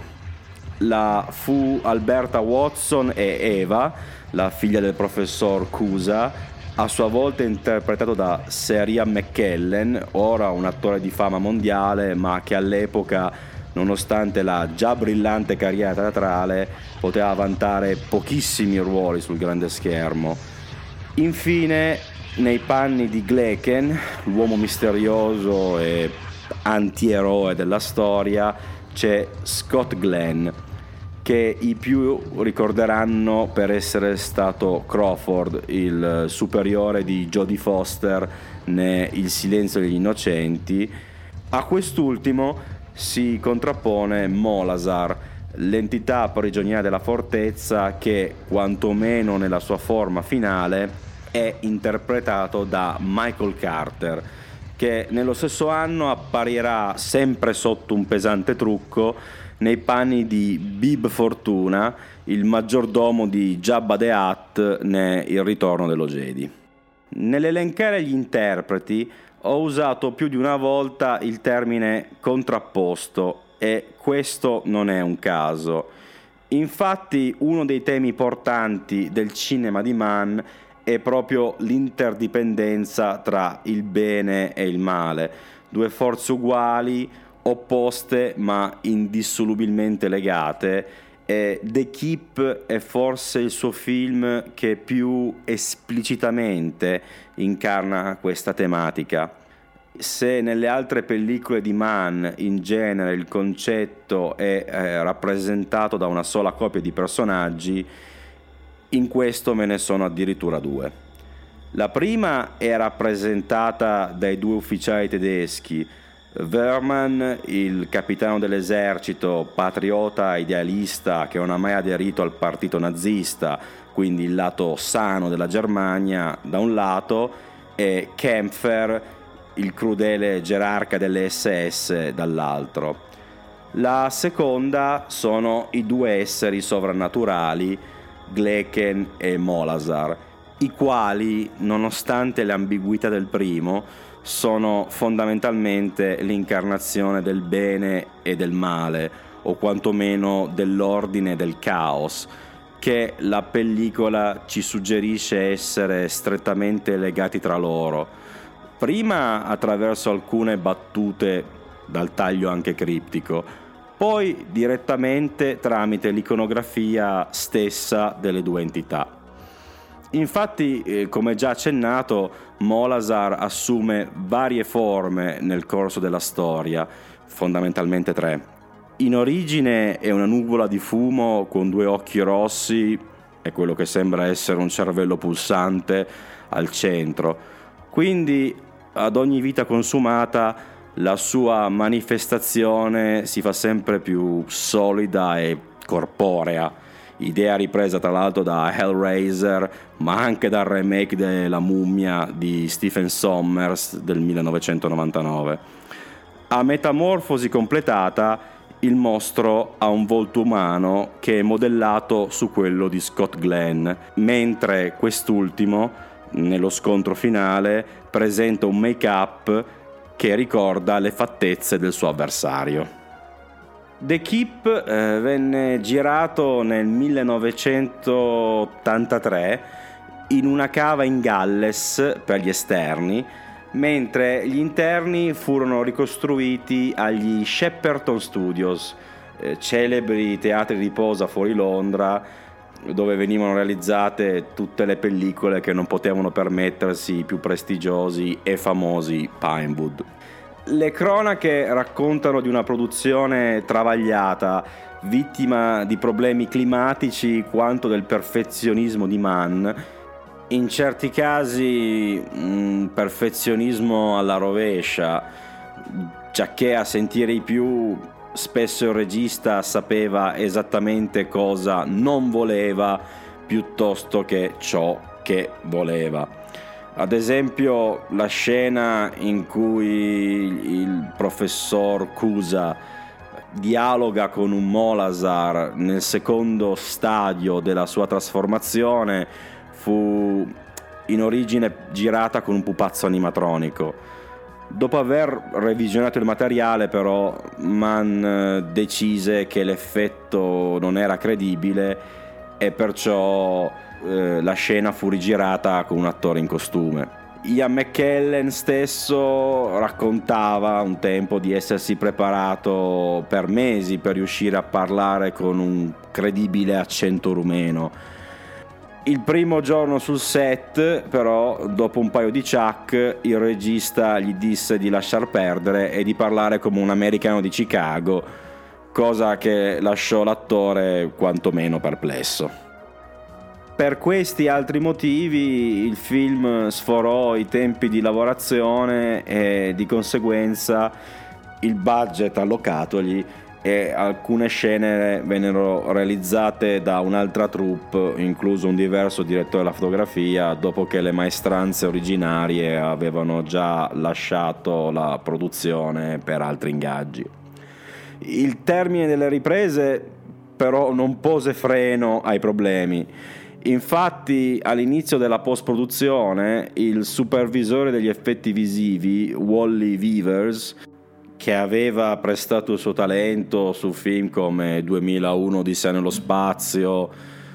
La fu Alberta Watson e Eva, la figlia del professor Cusa, a sua volta interpretato da Sir McKellen, ora un attore di fama mondiale, ma che all'epoca, nonostante la già brillante carriera teatrale, poteva vantare pochissimi ruoli sul grande schermo. Infine, nei panni di Gleken, l'uomo misterioso e antieroe della storia, c'è Scott Glenn, che i più ricorderanno per essere stato Crawford, il superiore di Jodie Foster ne Il silenzio degli innocenti. A quest'ultimo si contrappone Molazar, l'entità prigioniera della fortezza che, quantomeno nella sua forma finale, è interpretato da Michael Carter, che nello stesso anno apparirà sempre sotto un pesante trucco nei panni di Bib Fortuna, il maggiordomo di Jabba the Hutt ne Il ritorno dello Jedi. Nell'elencare gli interpreti ho usato più di una volta il termine contrapposto, e questo non è un caso. Infatti uno dei temi portanti del cinema di Mann è proprio l'interdipendenza tra il bene e il male, due forze uguali, opposte ma indissolubilmente legate, e The Keep è forse il suo film che più esplicitamente incarna questa tematica. Se nelle altre pellicole di Mann in genere il concetto è rappresentato da una sola coppia di personaggi, in questo me ne sono addirittura due. La prima è rappresentata dai due ufficiali tedeschi, Wehrmann, il capitano dell'esercito, patriota idealista che non ha mai aderito al partito nazista, quindi il lato sano della Germania da un lato, e Kempfer, il crudele gerarca delle SS dall'altro. La seconda sono i due esseri sovrannaturali, Gleken e Molazar, i quali, nonostante le ambiguità del primo, sono fondamentalmente l'incarnazione del bene e del male, o quantomeno dell'ordine e del caos, che la pellicola ci suggerisce essere strettamente legati tra loro, prima attraverso alcune battute dal taglio anche criptico, poi direttamente tramite l'iconografia stessa delle due entità. Infatti, come già accennato, Molazar assume varie forme nel corso della storia, fondamentalmente tre. In origine è una nuvola di fumo con due occhi rossi e quello che sembra essere un cervello pulsante al centro. Quindi, ad ogni vita consumata, la sua manifestazione si fa sempre più solida e corporea. Idea ripresa tra l'altro da Hellraiser, ma anche dal remake della Mummia di Stephen Sommers del 1999. A metamorfosi completata, il mostro ha un volto umano che è modellato su quello di Scott Glenn, mentre quest'ultimo, nello scontro finale, presenta un make-up che ricorda le fattezze del suo avversario. The Keep venne girato nel 1983 in una cava in Galles per gli esterni, mentre gli interni furono ricostruiti agli Shepperton Studios, celebri teatri di posa fuori Londra, dove venivano realizzate tutte le pellicole che non potevano permettersi i più prestigiosi e famosi Pinewood. Le cronache raccontano di una produzione travagliata, vittima di problemi climatici quanto del perfezionismo di Mann. In certi casi un perfezionismo alla rovescia, giacché a sentire i più spesso il regista sapeva esattamente cosa non voleva piuttosto che ciò che voleva. Ad esempio la scena in cui il professor Cusa dialoga con un Molazar nel secondo stadio della sua trasformazione fu in origine girata con un pupazzo animatronico. Dopo aver revisionato il materiale, però, Mann decise che l'effetto non era credibile e perciò la scena fu rigirata con un attore in costume. Ian McKellen stesso raccontava un tempo di essersi preparato per mesi per riuscire a parlare con un credibile accento rumeno. Il primo giorno sul set, però, dopo un paio di ciak, il regista gli disse di lasciar perdere e di parlare come un americano di Chicago, cosa che lasciò l'attore quantomeno perplesso. Per questi altri motivi il film sforò i tempi di lavorazione e di conseguenza il budget allocatogli, e alcune scene vennero realizzate da un'altra troupe, incluso un diverso direttore della fotografia, dopo che le maestranze originarie avevano già lasciato la produzione per altri ingaggi. Il termine delle riprese però non pose freno ai problemi. Infatti, all'inizio della post-produzione, il supervisore degli effetti visivi, Wally Weavers, che aveva prestato il suo talento su film come 2001 Odissea nello spazio,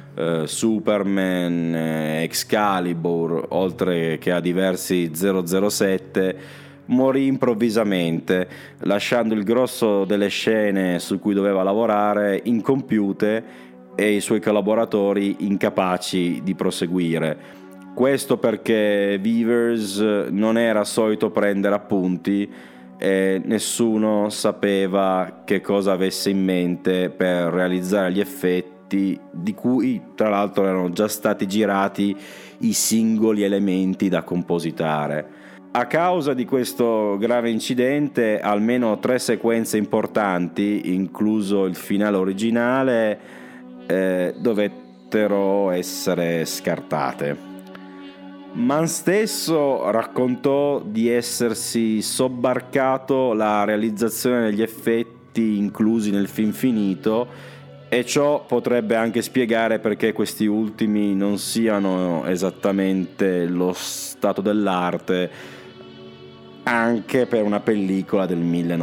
Superman, Excalibur, oltre che a diversi 007, morì improvvisamente, lasciando il grosso delle scene su cui doveva lavorare incompiute e i suoi collaboratori incapaci di proseguire. Questo perché Weavers non era solito prendere appunti e nessuno sapeva che cosa avesse in mente per realizzare gli effetti, di cui tra l'altro erano già stati girati i singoli elementi da compositare. A causa di questo grave incidente, almeno 3 sequenze importanti, incluso il finale originale, dovettero essere scartate. Mann stesso raccontò di essersi sobbarcato la realizzazione degli effetti inclusi nel film finito, e ciò potrebbe anche spiegare perché questi ultimi non siano esattamente lo stato dell'arte anche per una pellicola del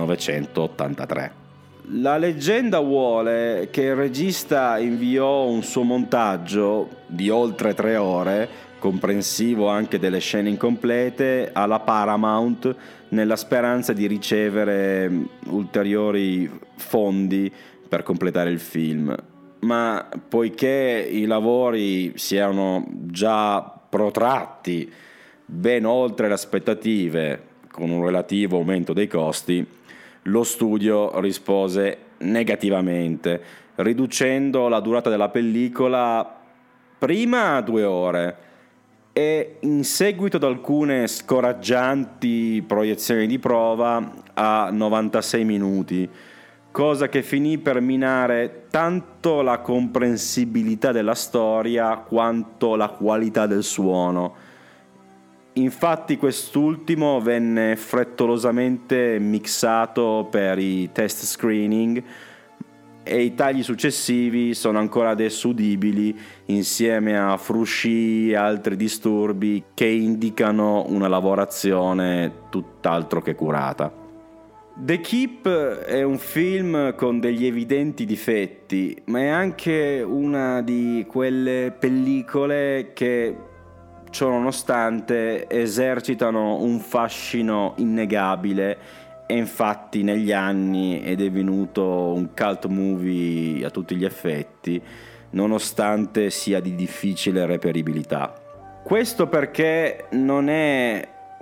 1983. La leggenda vuole che il regista inviò un suo montaggio di oltre 3 ore, comprensivo anche delle scene incomplete, alla Paramount nella speranza di ricevere ulteriori fondi per completare il film. Ma poiché i lavori si erano già protratti ben oltre le aspettative, con un relativo aumento dei costi, lo studio rispose negativamente, riducendo la durata della pellicola prima a 2 ore e in seguito ad alcune scoraggianti proiezioni di prova a 96 minuti, cosa che finì per minare tanto la comprensibilità della storia quanto la qualità del suono. Infatti quest'ultimo venne frettolosamente mixato per i test screening e i tagli successivi sono ancora adesso udibili insieme a frusci e altri disturbi che indicano una lavorazione tutt'altro che curata. The Keep è un film con degli evidenti difetti, ma è anche una di quelle pellicole che, ciò nonostante, esercitano un fascino innegabile, e infatti negli anni è divenuto un cult movie a tutti gli effetti, nonostante sia di difficile reperibilità. Questo perché non è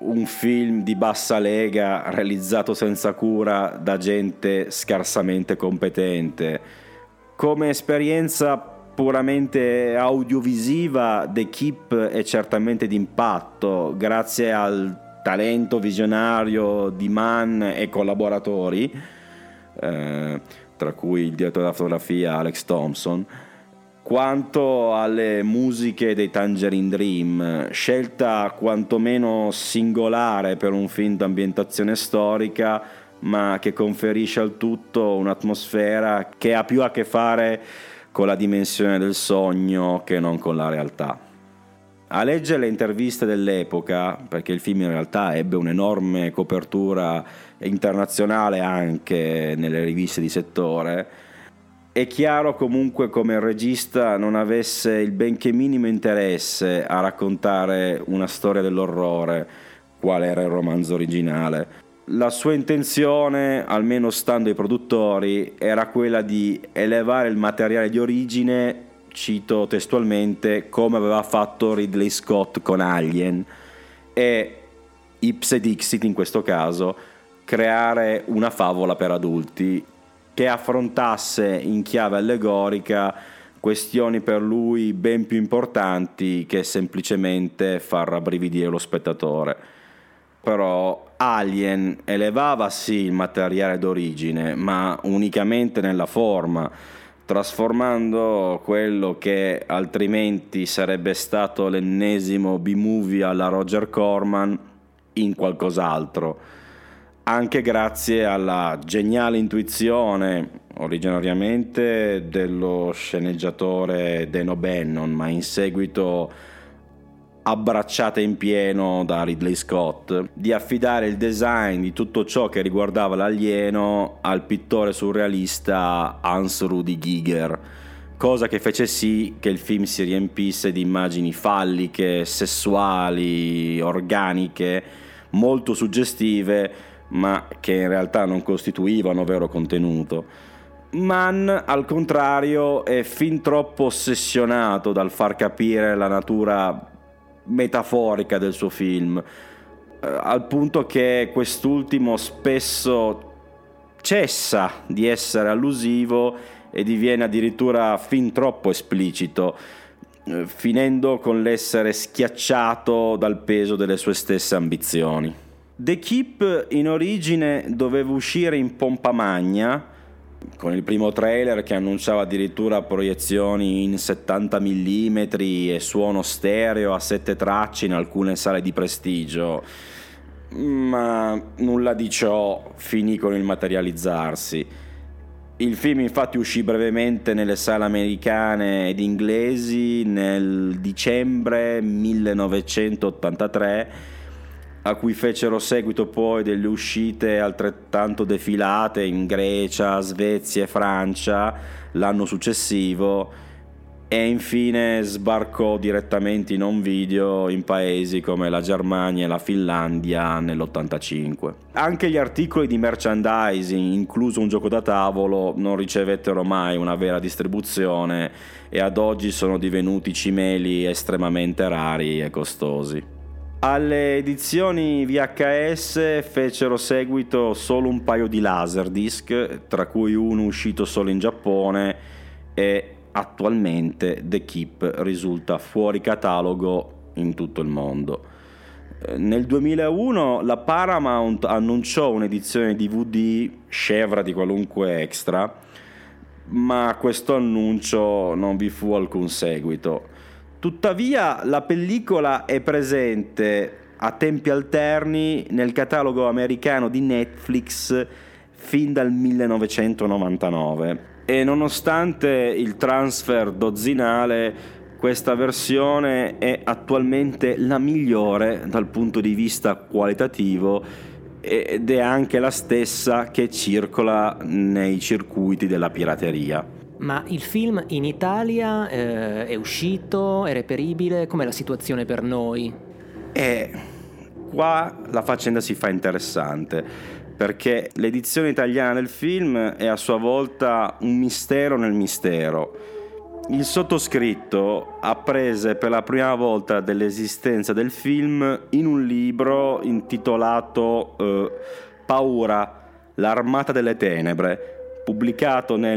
un film di bassa lega realizzato senza cura da gente scarsamente competente. Come esperienza puramente audiovisiva, The Keep è certamente d'impatto grazie al talento visionario di Mann e collaboratori, tra cui il direttore della fotografia Alex Thompson, quanto alle musiche dei Tangerine Dream, scelta quantomeno singolare per un film d'ambientazione storica, ma che conferisce al tutto un'atmosfera che ha più a che fare con la dimensione del sogno che non con la realtà. A leggere le interviste dell'epoca, perché il film in realtà ebbe un'enorme copertura internazionale anche nelle riviste di settore, è chiaro comunque come il regista non avesse il benché minimo interesse a raccontare una storia dell'orrore, quale era il romanzo originale. La sua intenzione, almeno stando ai produttori, era quella di elevare il materiale di origine, cito testualmente, come aveva fatto Ridley Scott con Alien, e ipse dixit in questo caso, creare una favola per adulti che affrontasse in chiave allegorica questioni per lui ben più importanti che semplicemente far rabbrividire lo spettatore. Però Alien elevava sì il materiale d'origine, ma unicamente nella forma, trasformando quello che altrimenti sarebbe stato l'ennesimo B-movie alla Roger Corman in qualcos'altro, anche grazie alla geniale intuizione originariamente dello sceneggiatore Dan O'Bannon, ma in seguito abbracciata in pieno da Ridley Scott, di affidare il design di tutto ciò che riguardava l'alieno al pittore surrealista Hans Rudi Giger, cosa che fece sì che il film si riempisse di immagini falliche, sessuali, organiche, molto suggestive, ma che in realtà non costituivano vero contenuto. Mann, al contrario, è fin troppo ossessionato dal far capire la natura metaforica del suo film, al punto che quest'ultimo spesso cessa di essere allusivo e diviene addirittura fin troppo esplicito, finendo con l'essere schiacciato dal peso delle sue stesse ambizioni. The Keep in origine doveva uscire in pompa magna, con il primo trailer che annunciava addirittura proiezioni in 70 mm e suono stereo a 7 tracce in alcune sale di prestigio, ma nulla di ciò finì con il materializzarsi. Il film infatti uscì brevemente nelle sale americane ed inglesi nel dicembre 1983, a cui fecero seguito poi delle uscite altrettanto defilate in Grecia, Svezia e Francia l'anno successivo, e infine sbarcò direttamente in home video in paesi come la Germania e la Finlandia nell'85. Anche gli articoli di merchandising, incluso un gioco da tavolo, non ricevettero mai una vera distribuzione e ad oggi sono divenuti cimeli estremamente rari e costosi. Alle edizioni VHS fecero seguito solo un paio di laserdisc, tra cui uno uscito solo in Giappone, e attualmente The Keep risulta fuori catalogo in tutto il mondo. Nel 2001 la Paramount annunciò un'edizione DVD scevra di qualunque extra, ma a questo annuncio non vi fu alcun seguito. Tuttavia la pellicola è presente a tempi alterni nel catalogo americano di Netflix fin dal 1999 e nonostante il transfer dozzinale, questa versione è attualmente la migliore dal punto di vista qualitativo ed è anche la stessa che circola nei circuiti della pirateria.
Ma il film in Italia è uscito, è reperibile? Com'è la situazione per noi?
Qua la faccenda si fa interessante, perché l'edizione italiana del film è a sua volta un mistero nel mistero. Il sottoscritto apprese per la prima volta dell'esistenza del film in un libro intitolato Paura, l'armata delle tenebre, pubblicato nel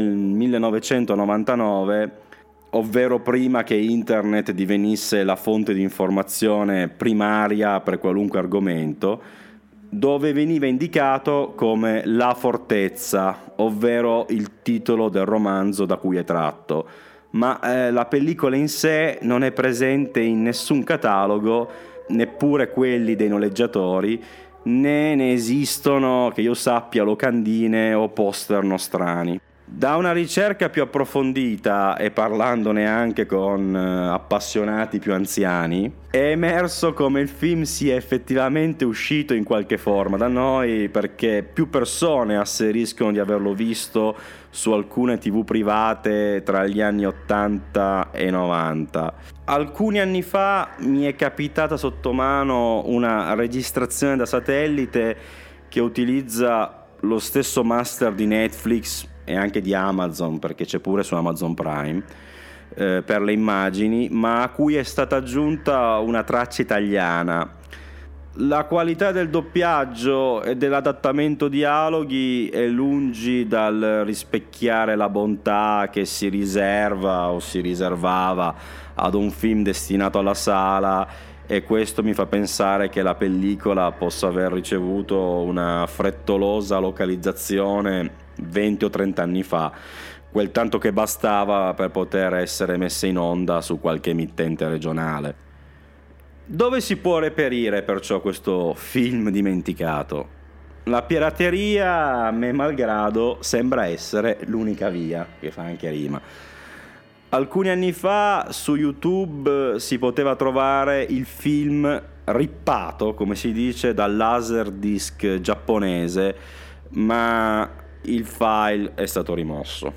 1999, ovvero prima che internet divenisse la fonte di informazione primaria per qualunque argomento, dove veniva indicato come La Fortezza, ovvero il titolo del romanzo da cui è tratto. Ma la pellicola in sé non è presente in nessun catalogo, neppure quelli dei noleggiatori, né ne esistono, che io sappia, locandine o poster nostrani. Da una ricerca più approfondita e parlandone anche con appassionati più anziani, è emerso come il film sia effettivamente uscito in qualche forma da noi, perché più persone asseriscono di averlo visto su alcune TV private tra gli anni 80 e 90. Alcuni anni fa mi è capitata sotto mano una registrazione da satellite che utilizza lo stesso master di Netflix e anche di Amazon, perché c'è pure su Amazon Prime, per le immagini, ma a cui è stata aggiunta una traccia italiana. La qualità del doppiaggio e dell'adattamento dialoghi è lungi dal rispecchiare la bontà che si riserva o si riservava ad un film destinato alla sala, e questo mi fa pensare che la pellicola possa aver ricevuto una frettolosa localizzazione 20 o 30 anni fa, quel tanto che bastava per poter essere messa in onda su qualche emittente regionale. Dove si può reperire perciò questo film dimenticato? La pirateria, a me malgrado, sembra essere l'unica via, che fa anche rima. Alcuni anni fa su YouTube si poteva trovare il film rippato, come si dice, dal laserdisc giapponese, ma il file è stato rimosso.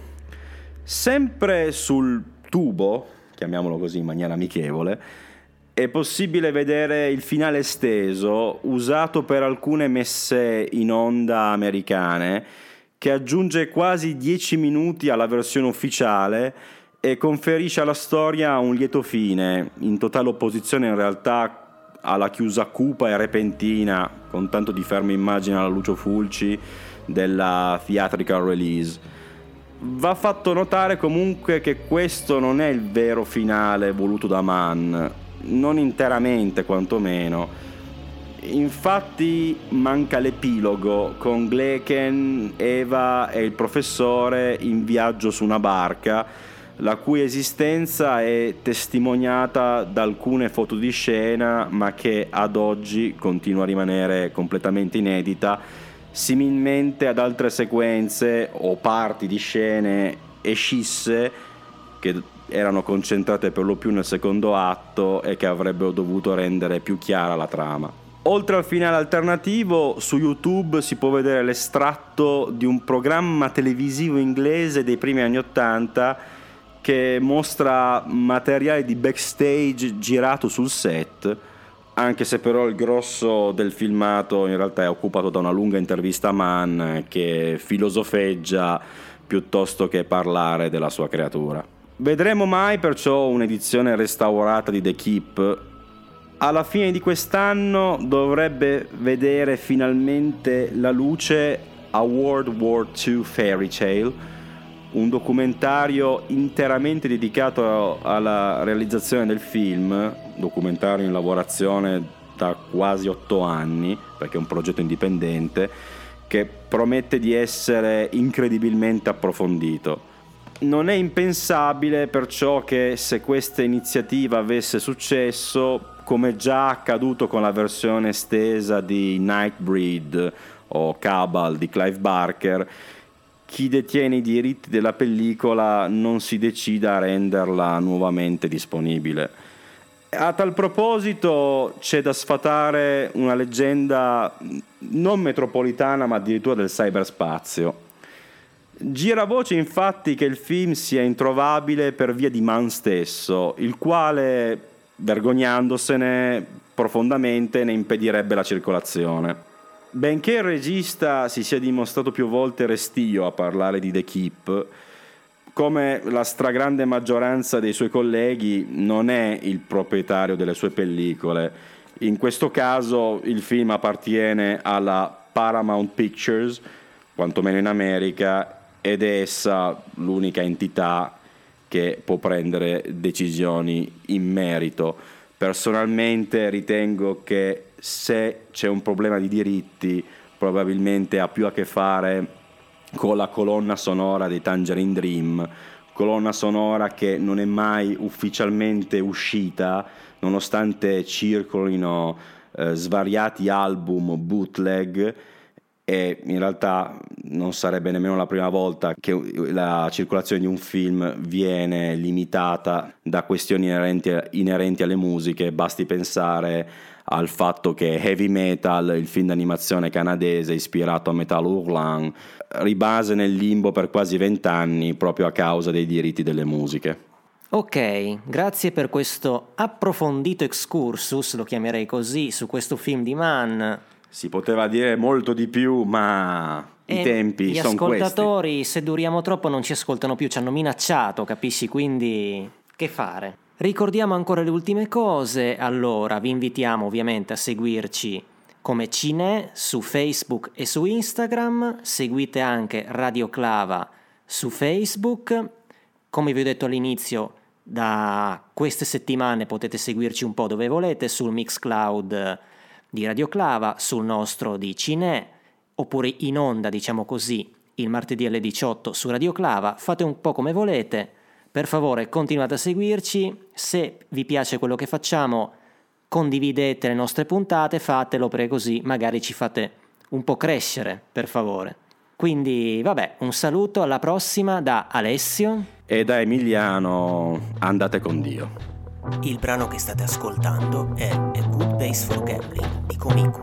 Sempre sul tubo, chiamiamolo così in maniera amichevole, è possibile vedere il finale esteso usato per alcune messe in onda americane, che aggiunge quasi 10 minuti alla versione ufficiale e conferisce alla storia un lieto fine, in totale opposizione in realtà alla chiusa cupa e repentina, con tanto di ferma immagine alla Lucio Fulci, della theatrical release. Va fatto notare comunque che questo non è il vero finale voluto da Mann, non interamente quantomeno. Infatti manca l'epilogo con Gleken, Eva e il professore in viaggio su una barca, la cui esistenza è testimoniata da alcune foto di scena, ma che ad oggi continua a rimanere completamente inedita, similmente ad altre sequenze o parti di scene escisse che erano concentrate per lo più nel secondo atto e che avrebbero dovuto rendere più chiara la trama. Oltre al finale alternativo, su YouTube si può vedere l'estratto di un programma televisivo inglese dei primi anni '80 che mostra materiale di backstage girato sul set, anche se però il grosso del filmato in realtà è occupato da una lunga intervista a Mann che filosofeggia piuttosto che parlare della sua creatura. Vedremo mai perciò un'edizione restaurata di The Keep? Alla fine di quest'anno dovrebbe vedere finalmente la luce A World War II Fairy Tale, un documentario interamente dedicato alla realizzazione del film, documentario in lavorazione da quasi 8 anni, perché è un progetto indipendente, che promette di essere incredibilmente approfondito. Non è impensabile perciò che se questa iniziativa avesse successo, come già accaduto con la versione estesa di Nightbreed o Cabal di Clive Barker, chi detiene i diritti della pellicola non si decida a renderla nuovamente disponibile. A tal proposito c'è da sfatare una leggenda non metropolitana ma addirittura del cyberspazio. Gira voce infatti che il film sia introvabile per via di Mann stesso, il quale, vergognandosene profondamente, ne impedirebbe la circolazione. Benché il regista si sia dimostrato più volte restio a parlare di The Keep, come la stragrande maggioranza dei suoi colleghi, non è il proprietario delle sue pellicole. In questo caso il film appartiene alla Paramount Pictures, quantomeno in America, ed è essa l'unica entità che può prendere decisioni in merito. Personalmente ritengo che se c'è un problema di diritti, probabilmente ha più a che fare con la colonna sonora dei Tangerine Dream, colonna sonora che non è mai ufficialmente uscita, nonostante circolino svariati album bootleg, e in realtà non sarebbe nemmeno la prima volta che la circolazione di un film viene limitata da questioni inerenti alle musiche. Basti pensare al fatto che Heavy Metal, il film d'animazione canadese ispirato a Metal Hurlant, rimase nel limbo per quasi 20 anni proprio a causa dei diritti delle musiche.
Ok, grazie per questo approfondito excursus, lo chiamerei così, su questo film di Mann.
Si poteva dire molto di più, ma i tempi sono questi.
Gli ascoltatori, se duriamo troppo, non ci ascoltano più, ci hanno minacciato, capisci? Quindi, che fare? Ricordiamo ancora le ultime cose. Allora, vi invitiamo ovviamente a seguirci come Cinè su Facebook e su Instagram. Seguite anche Radio Clava su Facebook. Come vi ho detto all'inizio, da queste settimane potete seguirci un po' dove volete, sul Mixcloud di Radio Clava, sul nostro di Cinè, oppure in onda, diciamo così, il martedì alle 18 su Radio Clava. Fate un po' come volete, per favore continuate a seguirci. Se vi piace quello che facciamo, condividete le nostre puntate, fatelo, perché così magari ci fate un po' crescere, per favore. Quindi vabbè, un saluto, alla prossima da Alessio
e da Emiliano. Andate con Dio.
Il brano che state ascoltando è A Good Base for Gambling di Komiku.